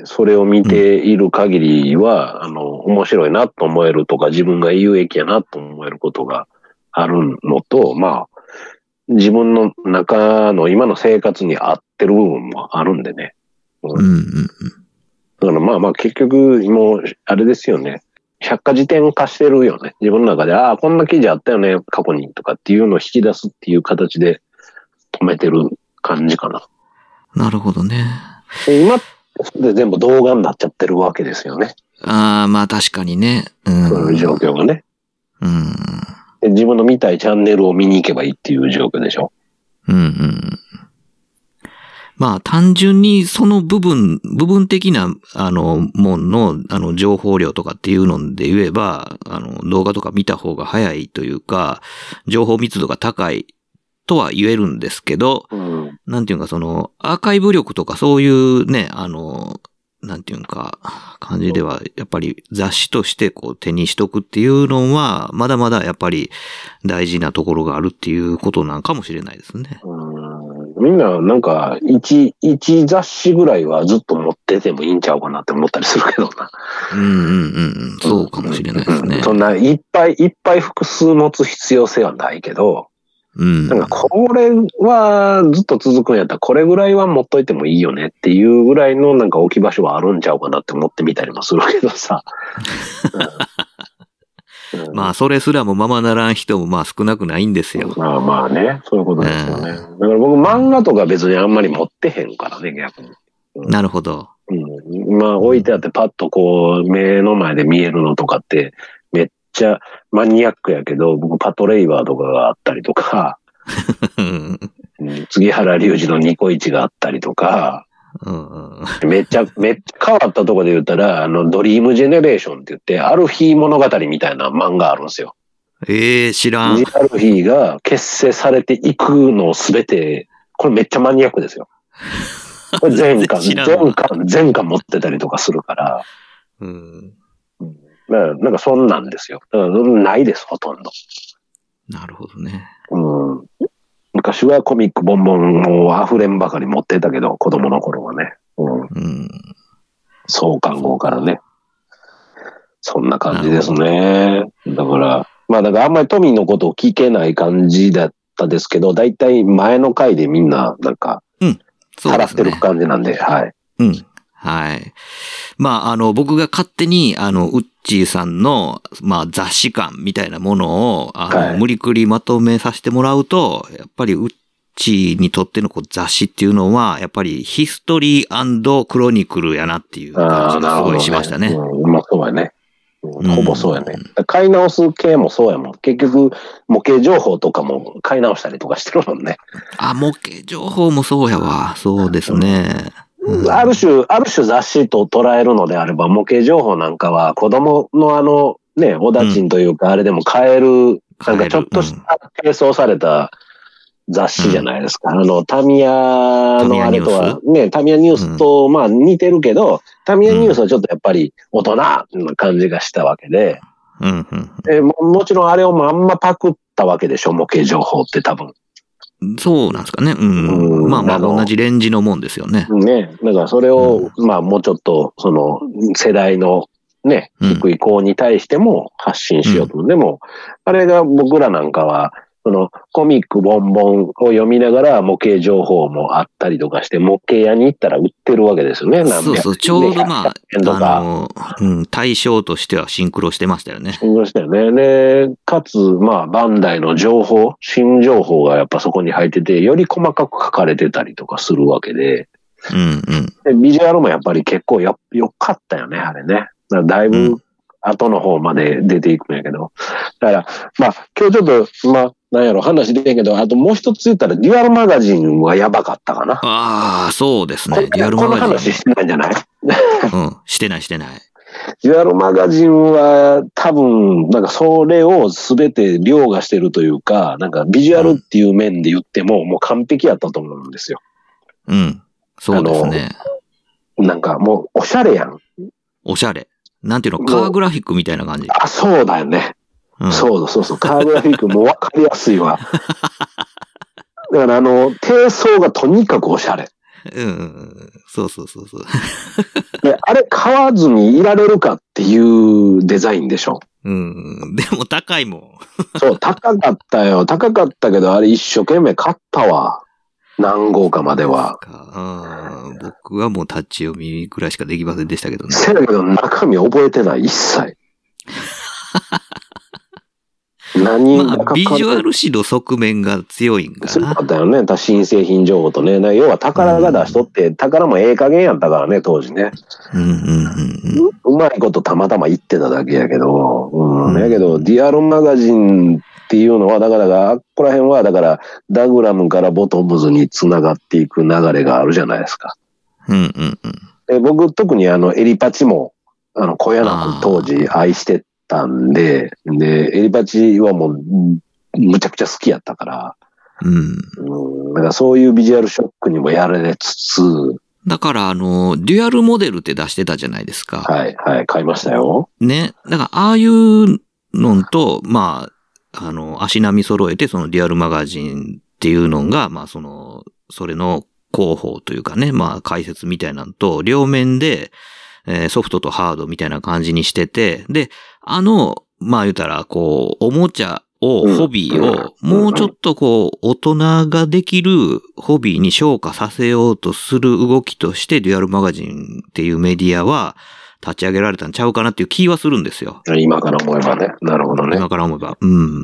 S3: それを見ている限りは、うん、あの、面白いなと思えるとか、自分が有益やなと思えることがあるのと、まあ、自分の中の今の生活に合ってる部分もあるんでね。
S1: うんうんうん。
S3: だからまあまあ結局、もう、あれですよね。百科事典化してるよね。自分の中で、ああ、こんな記事あったよね、過去にとかっていうのを引き出すっていう形で止めてる感じかな。
S1: なるほどね。
S3: で今で全部動画になっちゃってるわけですよね。
S1: ああ、まあ確かにね。うん。
S3: そういう状況がね。
S1: うん。
S3: で自分の見たいチャンネルを見に行けばいいっていう状況でしょ。
S1: うんうん。まあ単純にその部分、部分的な、あの、もんの、あの、情報量とかっていうので言えば、あの、動画とか見た方が早いというか、情報密度が高いとは言えるんですけど、
S3: うん、
S1: なんていうかその、アーカイブ力とかそういうね、あの、なんていうか、感じでは、やっぱり雑誌としてこう手にしとくっていうのは、まだまだやっぱり大事なところがあるっていうことなんかもしれないですね。
S3: うん、みんななんか、一、一雑誌ぐらいはずっと持っててもいいんちゃうかなって思ったりするけどな。
S1: うんうんうんうん。そうかもしれないですね。
S3: うん、そんないっぱいいっぱい複数持つ必要性はないけど、
S1: うん。
S3: なんかこれはずっと続くんやったらこれぐらいは持っといてもいいよねっていうぐらいのなんか置き場所はあるんちゃうかなって思ってみたりもするけどさ。
S1: うんうん、まあそれすらもままならん人もまあ少なくないんですよ。
S3: まあまあね、そういうことですよね。うん、だから僕漫画とか別にあんまり持ってへんからね、逆に。
S1: うん、なるほど。
S3: うん。まあ置いてあってパッとこう目の前で見えるのとかってめっちゃマニアックやけど、僕パトレイバーとかがあったりとか、うん、杉原隆二のニコイチがあったりとか、うんうん、めっちゃ、めっちゃ変わったとこで言ったら、あの、ドリームジェネレーションって言って、アルフィー物語みたいな漫画あるんですよ。
S1: ええー、知らん。
S3: アルフィーが結成されていくのをすべて、これめっちゃマニアックですよ。これ全巻、全巻、全巻持ってたりとかするから。うん。だからなんかそんなんですよ。だからないです、ほとんど。
S1: なるほどね。
S3: うん。昔はコミックボンボンも溢れんばかり持ってたけど、子供の頃はね。うん。うん、創刊号からね。そんな感じですね。だから、まあだからあんまりトミーのことを聞けない感じだったですけど、だいたい前の回でみんななんか、うん。そうですね。払ってる感じなんで、はい。
S1: うん。はい。まあ、あの、僕が勝手に、あの、ウッチーさんの、まあ、雑誌感みたいなものを、あの、はい、無理くりまとめさせてもらうと、やっぱりウッチーにとってのこう雑誌っていうのは、やっぱりヒストリー&クロニクルやなっていう感じがすごいしましたね。
S3: ねうん、まあ、そうやね。ほぼそうやね。うん、買い直す系もそうやもん。結局、模型情報とかも買い直したりとかしてるもんね。
S1: あ、模型情報もそうやわ。そうですね。
S3: うん、ある種、ある種雑誌と捉えるのであれば、模型情報なんかは子供のあの、ね、おだちんというかあれでも買える、うん、なんかちょっとした並走された雑誌じゃないですか。うん、あの、タミヤのあれとは、ね、タミヤニュースとまあ似てるけど、タミヤニュースはちょっとやっぱり大人な感じがしたわけで、うんうん、で も, もちろんあれをまんまパクったわけでしょ、模型情報って多分。
S1: そうなんですかね。うん。
S3: うん
S1: まあまあ、
S3: あの
S1: 同じレンジのもんですよね。
S3: ね。だからそれを、まあもうちょっと、その、世代のね、
S1: うん
S3: 低い子に対しても発信しようと。でも、あれが僕らなんかは、そのコミックボンボンを読みながら模型情報もあったりとかして、模型屋に行ったら売ってるわけですよね。
S1: そうそう、ちょうどまあ、
S3: とか
S1: あの、うん、対象としてはシンクロしてましたよね。
S3: シンクロしたよね。で、かつ、まあ、バンダイの情報、新情報がやっぱそこに入ってて、より細かく書かれてたりとかするわけで、
S1: うんうん。
S3: でビジュアルもやっぱり結構よ、よかったよね、あれね。だからだいぶ後の方まで出ていくんやけど。だから、まあ、今日ちょっと、まあ、なんやろ、話出てんけど、あともう一つ言ったら、デュアルマガジンはやばかったかな。
S1: ああ、そうですね。デュアル
S3: この
S1: マガジン。
S3: 話してないんじゃない
S1: うん、してないしてない。
S3: デュアルマガジンは多分、なんかそれを全て凌駕してるというか、なんかビジュアルっていう面で言っても、もう完璧やったと思うんですよ。
S1: うん。そうですね。
S3: なんかもうおしゃれやん。
S1: おしゃれ。なんていうの、カーグラフィックみたいな感じ。
S3: あ、そうだよね。
S1: うん、
S3: そうそうそう。カーグラフィックもわかりやすいわ。だからあの、低層がとにかくおしゃれ。
S1: うん。そうそうそうそう。
S3: で、あれ買わずにいられるかっていうデザインでしょ。
S1: うん。でも高いもん。
S3: そう、高かったよ。高かったけど、あれ一生懸命買ったわ。何号かまでは。
S1: あ僕はもう立ち読みぐらいしかできませんでしたけどね。
S3: せやけど中身覚えてない、一切。何が
S1: まあ、
S3: 書かれて
S1: ビジュアル誌の側面が強いんかな。
S3: 強かったよね。新製品情報とね。要は宝が出しとって、うん、宝もええ加減やったからね、当時ね。
S1: うんうんうんうん、
S3: うまいことたまたま言ってただけやけど。うん。やけど、ディアルマガジンっていうのは、だから、あっこら辺は、だから、ダグラムからボトムズに繋がっていく流れがあるじゃないですか。
S1: うんうんうん。
S3: で僕、特にあの、エリパチも、あの、小柳当時愛してたんで、で、エリパチはもう、むちゃくちゃ好きやったから、
S1: うん。
S3: うん、だからそういうビジュアルショックにもやられつつ、
S1: だからあの、デュアルモデルって出してたじゃないですか。
S3: はい、はい、買いましたよ。
S1: ね。だからああいうのと、まあ、あの、足並み揃えて、そのデュアルマガジンっていうのが、まあその、それの広報というかね、まあ解説みたいなのと、両面で、えー、ソフトとハードみたいな感じにしてて、で、あの、まあ言うたら、こう、おもちゃを、ホビーを、もうちょっとこう、大人ができるホビーに昇華させようとする動きとして、デュアルマガジンっていうメディアは、立ち上げられたんちゃうかなっていう気はするんですよ。
S3: 今から思えばね。なるほどね。
S1: 今から思えば。うん。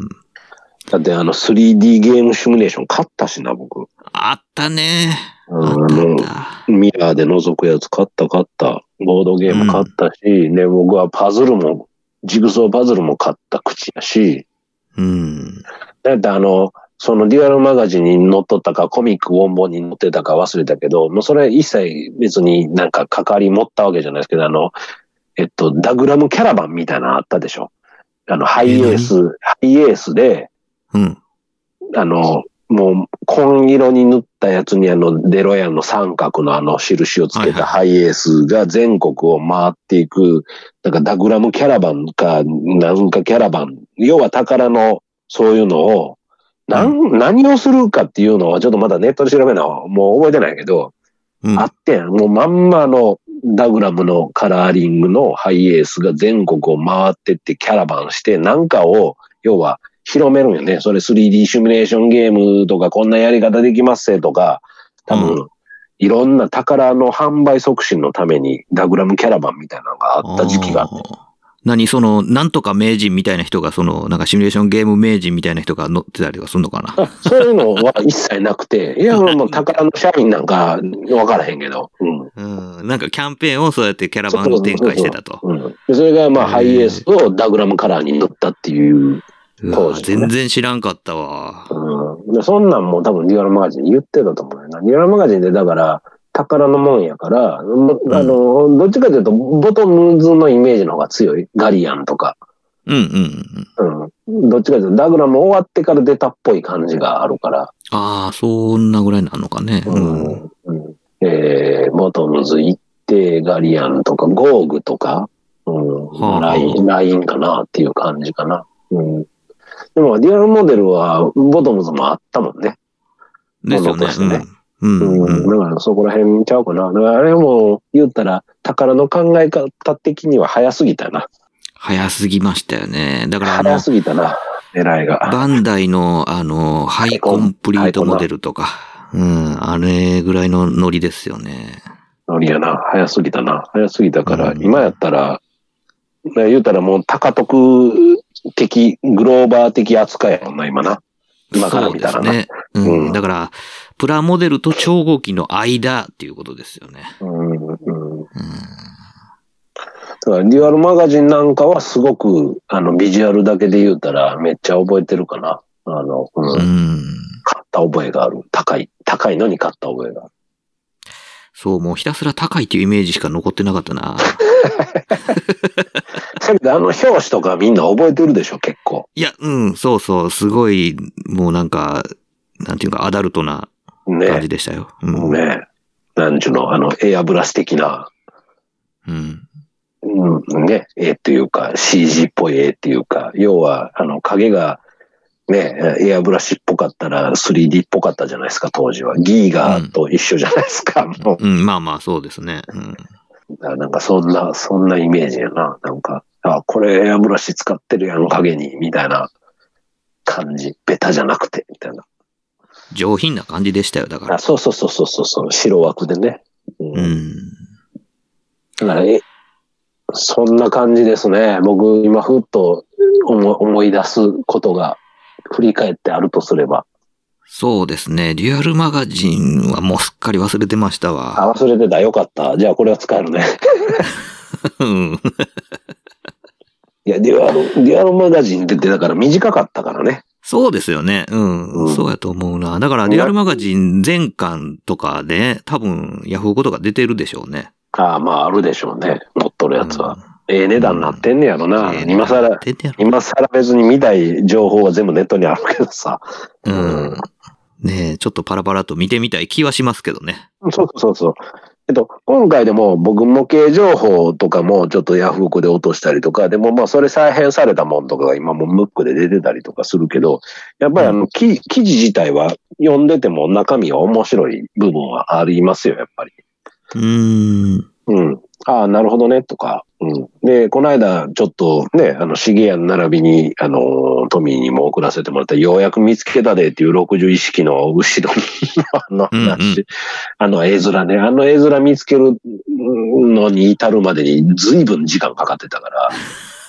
S3: だってあの スリーディー ゲームシミュレーション買ったしな、僕。
S1: あったね。
S3: あの、ミラーで覗くやつ買った買った。ボードゲーム買ったし、うん、で、僕はパズルも、ジグソーパズルも買った口やし。
S1: うん。
S3: だってあの、そのデュアルマガジンに載っとったか、コミックボンボンに載ってたか忘れたけど、もうそれ一切別になんか関わり持ったわけじゃないですけど、あの、えっと、ダグラムキャラバンみたいなのあったでしょ。あの、ハイエース、ハイエースで、
S1: うん。
S3: あの、もう、紺色に塗ったやつにあの、デロヤンの三角のあの印をつけたハイエースが全国を回っていく、なんかダグラムキャラバンか、なんかキャラバン、要は宝のそういうのを、なん、うん、何をするかっていうのはちょっとまだネットで調べるのはもう覚えてないけど、うん、あってん、もうまんまのダグラムのカラーリングのハイエースが全国を回ってってキャラバンしてなんかを、要は広めるんよね。それ スリーディー シミュレーションゲームとかこんなやり方できますせとか、多分、うん、いろんな宝の販売促進のためにダグラムキャラバンみたいなのがあった時期があって。
S1: 何その、なんとか名人みたいな人が、その、なんかシミュレーションゲーム名人みたいな人が乗ってたりとかするのかな
S3: そういうのは一切なくて、いや、もう宝の社員なんかわからへんけど、うん。
S1: うん。なんかキャンペーンをそうやってキャラバン展開してたと。
S3: そうそうそうそう、うん。それがまあハイエースをダグラムカラーに塗ったっていう当時、ね。
S1: 全然知らんかったわ。
S3: うん。でそんなんも多分デュアルマガジン言ってたと思うよな。デュアルマガジンでだから、宝のもんやから、あの、うん、どっちかというと、ボトムズのイメージの方が強い。ガリアンとか。
S1: うんうん
S3: うん。うん。どっちかというと、ダグラム終わってから出たっぽい感じがあるから。
S1: ああ、そんなぐらいなのかね。
S3: うん。うん、えー、ボトムズ行って、ガリアンとか、ゴーグとか、うん。はあ、ライン、ラインかなっていう感じかな。うん。でも、デュアルモデルは、ボトムズもあったもんね。
S1: ですよね。
S3: ものとしてね。
S1: うん。うん。
S3: うん。だからそこら辺ちゃうかな。だからあれも言ったら、宝の考え方的には早すぎたな。
S1: 早すぎましたよね。だからあの、
S3: 早すぎたな、狙いが。
S1: バンダイのあの、ハイコンプリートモデルとか、うん、あれぐらいのノリですよね。
S3: ノリやな。早すぎたな。早すぎたから、
S1: うん、
S3: 今やったら、言うたらもう高徳的、グローバー的扱いやもんな、今な。今から見たらな。
S1: そうですね。うん。うん、だから、プラモデルと超合金の間っていうことですよね。
S3: うん。うん。
S1: うん
S3: だからデュアルマガジンなんかはすごく、あの、ビジュアルだけで言うたらめっちゃ覚えてるかな。あの、うん。
S1: うん、
S3: 買った覚えがある。高い。高いのに買った覚えがある。
S1: そう、もうひたすら高いっていうイメージしか残ってなかったな。
S3: せめてあの表紙とかみんな覚えてるでしょ、結構。
S1: いや、うん、そうそう、すごい、もうなんか、なんていうか、アダルトな感じでしたよ。
S3: ね。
S1: うん、
S3: ね。なんちゅうの、あの、エアブラシ的な。
S1: うん。
S3: うん、ね、絵っていうか、シージー っぽい絵っていうか、要は、あの、影が、ね、エアブラシっぽかったら スリーディー っぽかったじゃないですか、当時は。ギーガーと一緒じゃないですか、うん、もう。
S1: うん、まあまあ、そうですね。うん。
S3: だからなんかそんな、そんなイメージやな。なんか、あ、これエアブラシ使ってるやん、影に、みたいな感じ。ベタじゃなくて、みたいな。
S1: 上品な感じでしたよ、だから。
S3: あ、そうそうそうそうそう、白枠でね。うん。うん、だから、え、そんな感じですね。僕、今、ふっと思思い出すことが、振り返ってあるとすれば。
S1: そうですね。デュアルマガジンはもうすっかり忘れてましたわ。
S3: あ、忘れてた。よかった。じゃあこれは使えるね。
S1: うん、
S3: いや、デュアル、デュアルマガジンって言ってだから短かったからね。
S1: そうですよね。うん。うん、そうやと思うな。だから、デュアルマガジン全巻とかで、多分、ヤフーことが出てるでしょうね。
S3: ああ、まあ、あるでしょうね。持っとるやつは。うん、ええ値段なってんねやろな。うん、今更、今更別に見たい情報は全部ネットにあるけどさ。
S1: うん。うん、ねえ、ちょっとパラパラと見てみたい気はしますけどね。
S3: そうそうそう。えっと、今回でも僕模型情報とかもちょっとヤフークで落としたりとか、でもまあそれ再編されたもんとかが今もムックで出てたりとかするけど、やっぱりあの、うん、記事自体は読んでても中身は面白い部分はありますよ、やっぱり。
S1: うーん。
S3: うん。ああ、なるほどね、とか。うん。で、この間、ちょっとね、あの、シゲアン並びに、あの、トミーにも送らせてもらった、ようやく見つけたでっていうろくじゅう意識の後ろの話、うんうん、あの絵面ね、あの絵面見つけるのに至るまでに随分時間かかってたから、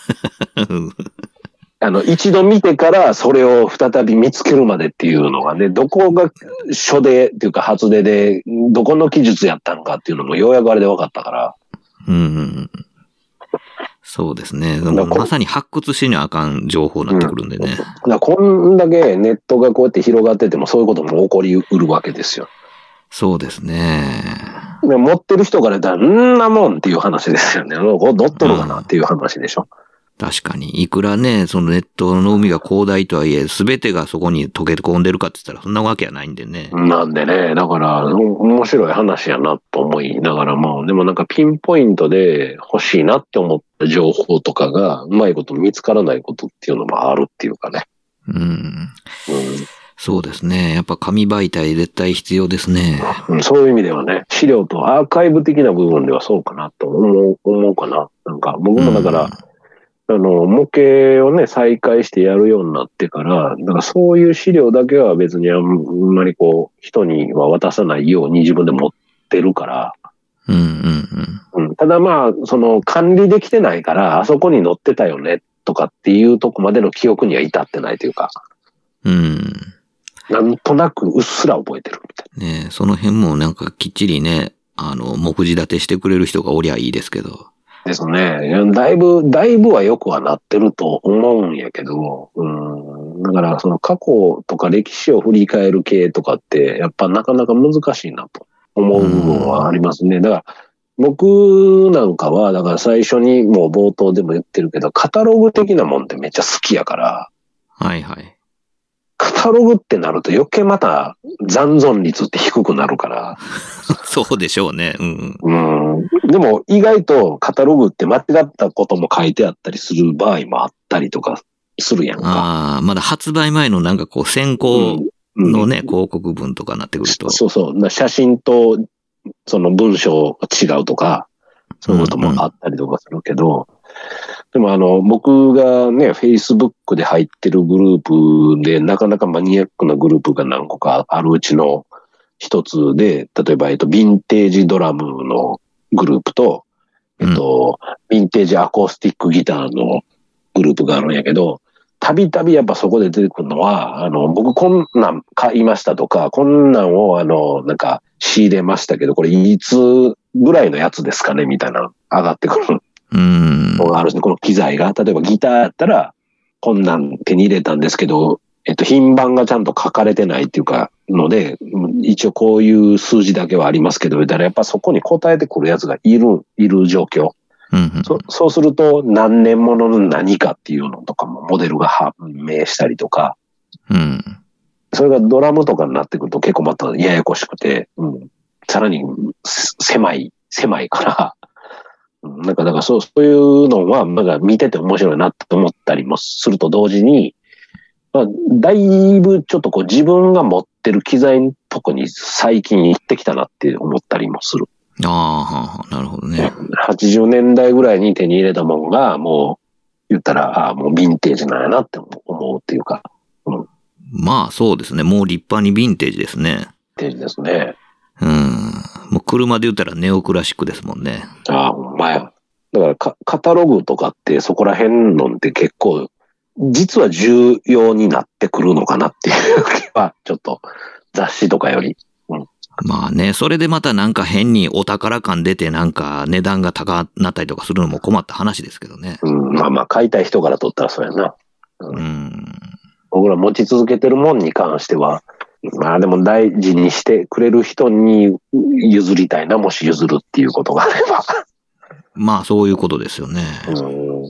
S3: あの、一度見てからそれを再び見つけるまでっていうのがね、どこが初出っていうか初出で、どこの技術やったのかっていうのもようやくあれで分かったから。
S1: うんうん、そうですね。でもまさに発掘しにあかん情報になってくるんでね。
S3: うん、だこんだけネットがこうやって広がっててもそういうことも起こりうるわけですよ。
S1: そうですね。
S3: 持ってる人から言ったら、んなもんっていう話ですよね。乗っとるかなっていう話でしょ。
S1: うん、確かに。いくらね、そのネットの海が広大とはいえ、すべてがそこに溶け込んでるかって言ったらそんなわけはないんでね。
S3: なんでね、だから、面白い話やなと思いながらも、でもなんかピンポイントで欲しいなって思った情報とかが、うまいこと見つからないことっていうのもあるっていうかね。
S1: うん。うんそうですね。やっぱ紙媒体絶対必要ですね。
S3: うん、そういう意味ではね、資料とアーカイブ的な部分ではそうかなと思う、思うかな。なんか僕もだから、うん、あの、模型をね、再開してやるようになってから、だからそういう資料だけは別にあんまりこう、人には渡さないように自分で持ってるから、
S1: うんうんうん
S3: うん、ただまあ、その管理できてないから、あそこに載ってたよねとかっていうとこまでの記憶には至ってないというか。
S1: うん。
S3: なんとなくうっすら覚えてるみた
S1: いな。ねえ、その辺もなんかきっちりね、あの、目次立てしてくれる人がおりゃいいですけど。
S3: ですね。だいぶ、だいぶはよくはなってると思うんやけど、うん。だからその過去とか歴史を振り返る系とかって、やっぱなかなか難しいなと思う部分はありますね。だから、僕なんかは、だから最初にもう冒頭でも言ってるけど、カタログ的なもんってめっちゃ好きやから。
S1: はいはい。
S3: カタログってなると余計また残存率って低くなるから。
S1: そうでしょうね。うん。
S3: うん。でも意外とカタログって間違ったことも書いてあったりする場合もあったりとかするやんか。
S1: ああ、まだ発売前のなんかこう先行のね、広告文とかになってくると。
S3: そうそう。写真と、その文章が違うとか、そういうこともあったりとかするけど、うんうん、でもあの、僕がね、Facebook で入ってるグループで、なかなかマニアックなグループが何個かあるうちの一つで、例えば、えっと、ヴィンテージドラムのグループと、えっと、うん、ヴィンテージアコースティックギターのグループがあるんやけど、たびたびやっぱそこで出てくるのは、あの、僕こんなん買いましたとか、こんなんをあの、なんか仕入れましたけど、これいつぐらいのやつですかねみたいな上がってくるのがあるんですね。この機材が。例えばギターやったら、こんなん手に入れたんですけど、えっと、品番がちゃんと書かれてないっていうか、ので、一応こういう数字だけはありますけど、だからやっぱそこに答えてくるやつがいる、いる状況。うんうん、そ, そうすると何年ものの何かっていうのとかもモデルが判明したりとか、うん、それがドラムとかになってくると結構またややこしくて、うん、さらに狭い、狭いから、うん、なんかだからそう、そういうのはなんか見てて面白いなって思ったりもすると同時に、まあ、だいぶちょっとこう自分が持ってる機材のとこに最近行ってきたなって思ったりもする。
S1: ああ、なるほどね。
S3: はちじゅうねんだいぐらいに手に入れたものが、もう、言ったら、ああ、もうヴィンテージなんやなって思うっていうか。
S1: うん、まあそうですね。もう立派にヴィンテージですね。
S3: ヴィンテージですね。
S1: うん。もう車で言ったらネオクラシックですもんね。
S3: ああ、ほんまや。だからカ、カタログとかってそこら辺のって結構、実は重要になってくるのかなっていう気は、ちょっと雑誌とかより。
S1: まあね、それでまたなんか変にお宝感出てなんか値段が高くなったりとかするのも困った話ですけどね。
S3: うん、まあまあ買いたい人から取ったらそうやな。うん。うん、僕ら持ち続けてるもんに関しては、まあでも大事にしてくれる人に譲りたいな、もし譲るっていうことがあれば。
S1: まあそういうことですよね。
S3: うん。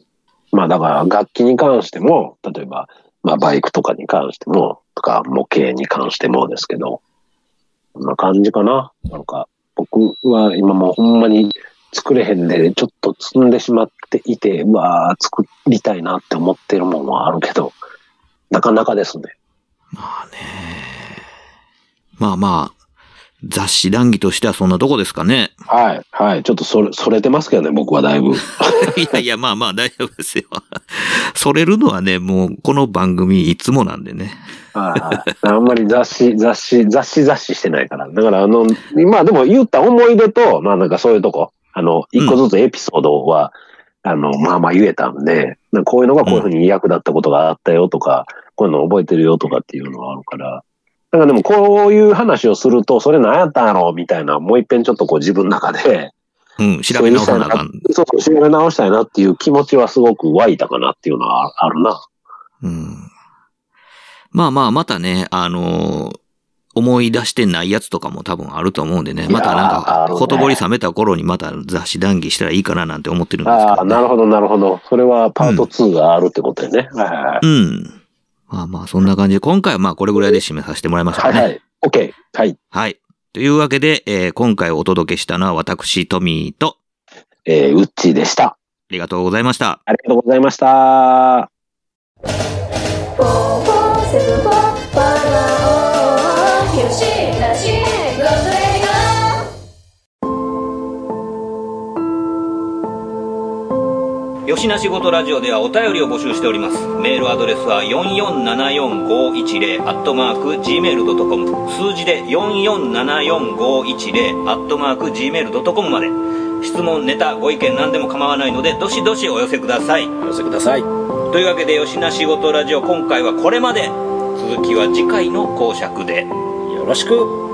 S3: まあだから楽器に関しても、例えば、まあバイクとかに関しても、とか模型に関してもですけど、こんな感じかな。なんか、僕は今もうほんまに作れへんで、ちょっと積んでしまっていて、うわー作りたいなって思ってるものはあるけど、なかなかですね。
S1: まあね。まあまあ、雑誌談義としてはそんなとこですかね。
S3: はい、はい。ちょっとそれ、それてますけどね、僕はだいぶ。
S1: いやいや、まあまあ大丈夫ですよ。それるのはね、もうこの番組いつもなんでね。
S3: あ, あんまり雑誌、雑誌、雑誌雑誌してないから。だからあの、まあでも言った思い出と、まあなんかそういうとこ、あの、一個ずつエピソードは、うん、あの、まあまあ言えたんで、こういうのがこういうふうに役立ったことがあったよとか、うん、こういうの覚えてるよとかっていうのがあるから。だからでもこういう話をすると、それ何やったんやろみたいな、もう一遍ちょっとこう自分の中で、
S1: うん、調べ直さなあかん。
S3: そうそう、調べ直したいなっていう気持ちはすごく湧いたかなっていうのはあるな。
S1: うん。まあまあ、またね、あのー、思い出してないやつとかも多分あると思うんでね。またなんか、ほとぼり冷めた頃にまた雑誌談義したらいいかななんて思ってるんですけど、ね。
S3: ああ、なるほど、なるほど。それはパートツーがあるってことでね。
S1: うん。はい、うん。まあまあ、そんな感じで、今回はまあこれぐらいで締めさせてもらいましょうね。
S3: はいはい。OK。はい。
S1: はい。というわけで、えー、今回お届けしたのは私、トミーと、
S3: えー、ウッチーでした。あ
S1: りがとうございました。
S3: ありがとうございました。
S1: よしなしごとラジオではお便りを募集しております。メールアドレスはよんよんななよんごいちゼロ アットマーク ジーメールドットコム、 数字でよんよんななよんごいちゼロ アットマーク ジーメールドットコム まで。質問、ネタ、ご意見何でも構わないのでどしどしお寄せください。
S3: お寄せください。
S1: というわけでよしなしごとラジオ、今回はこれまで。続きは次回の講釈で。
S3: よろしく。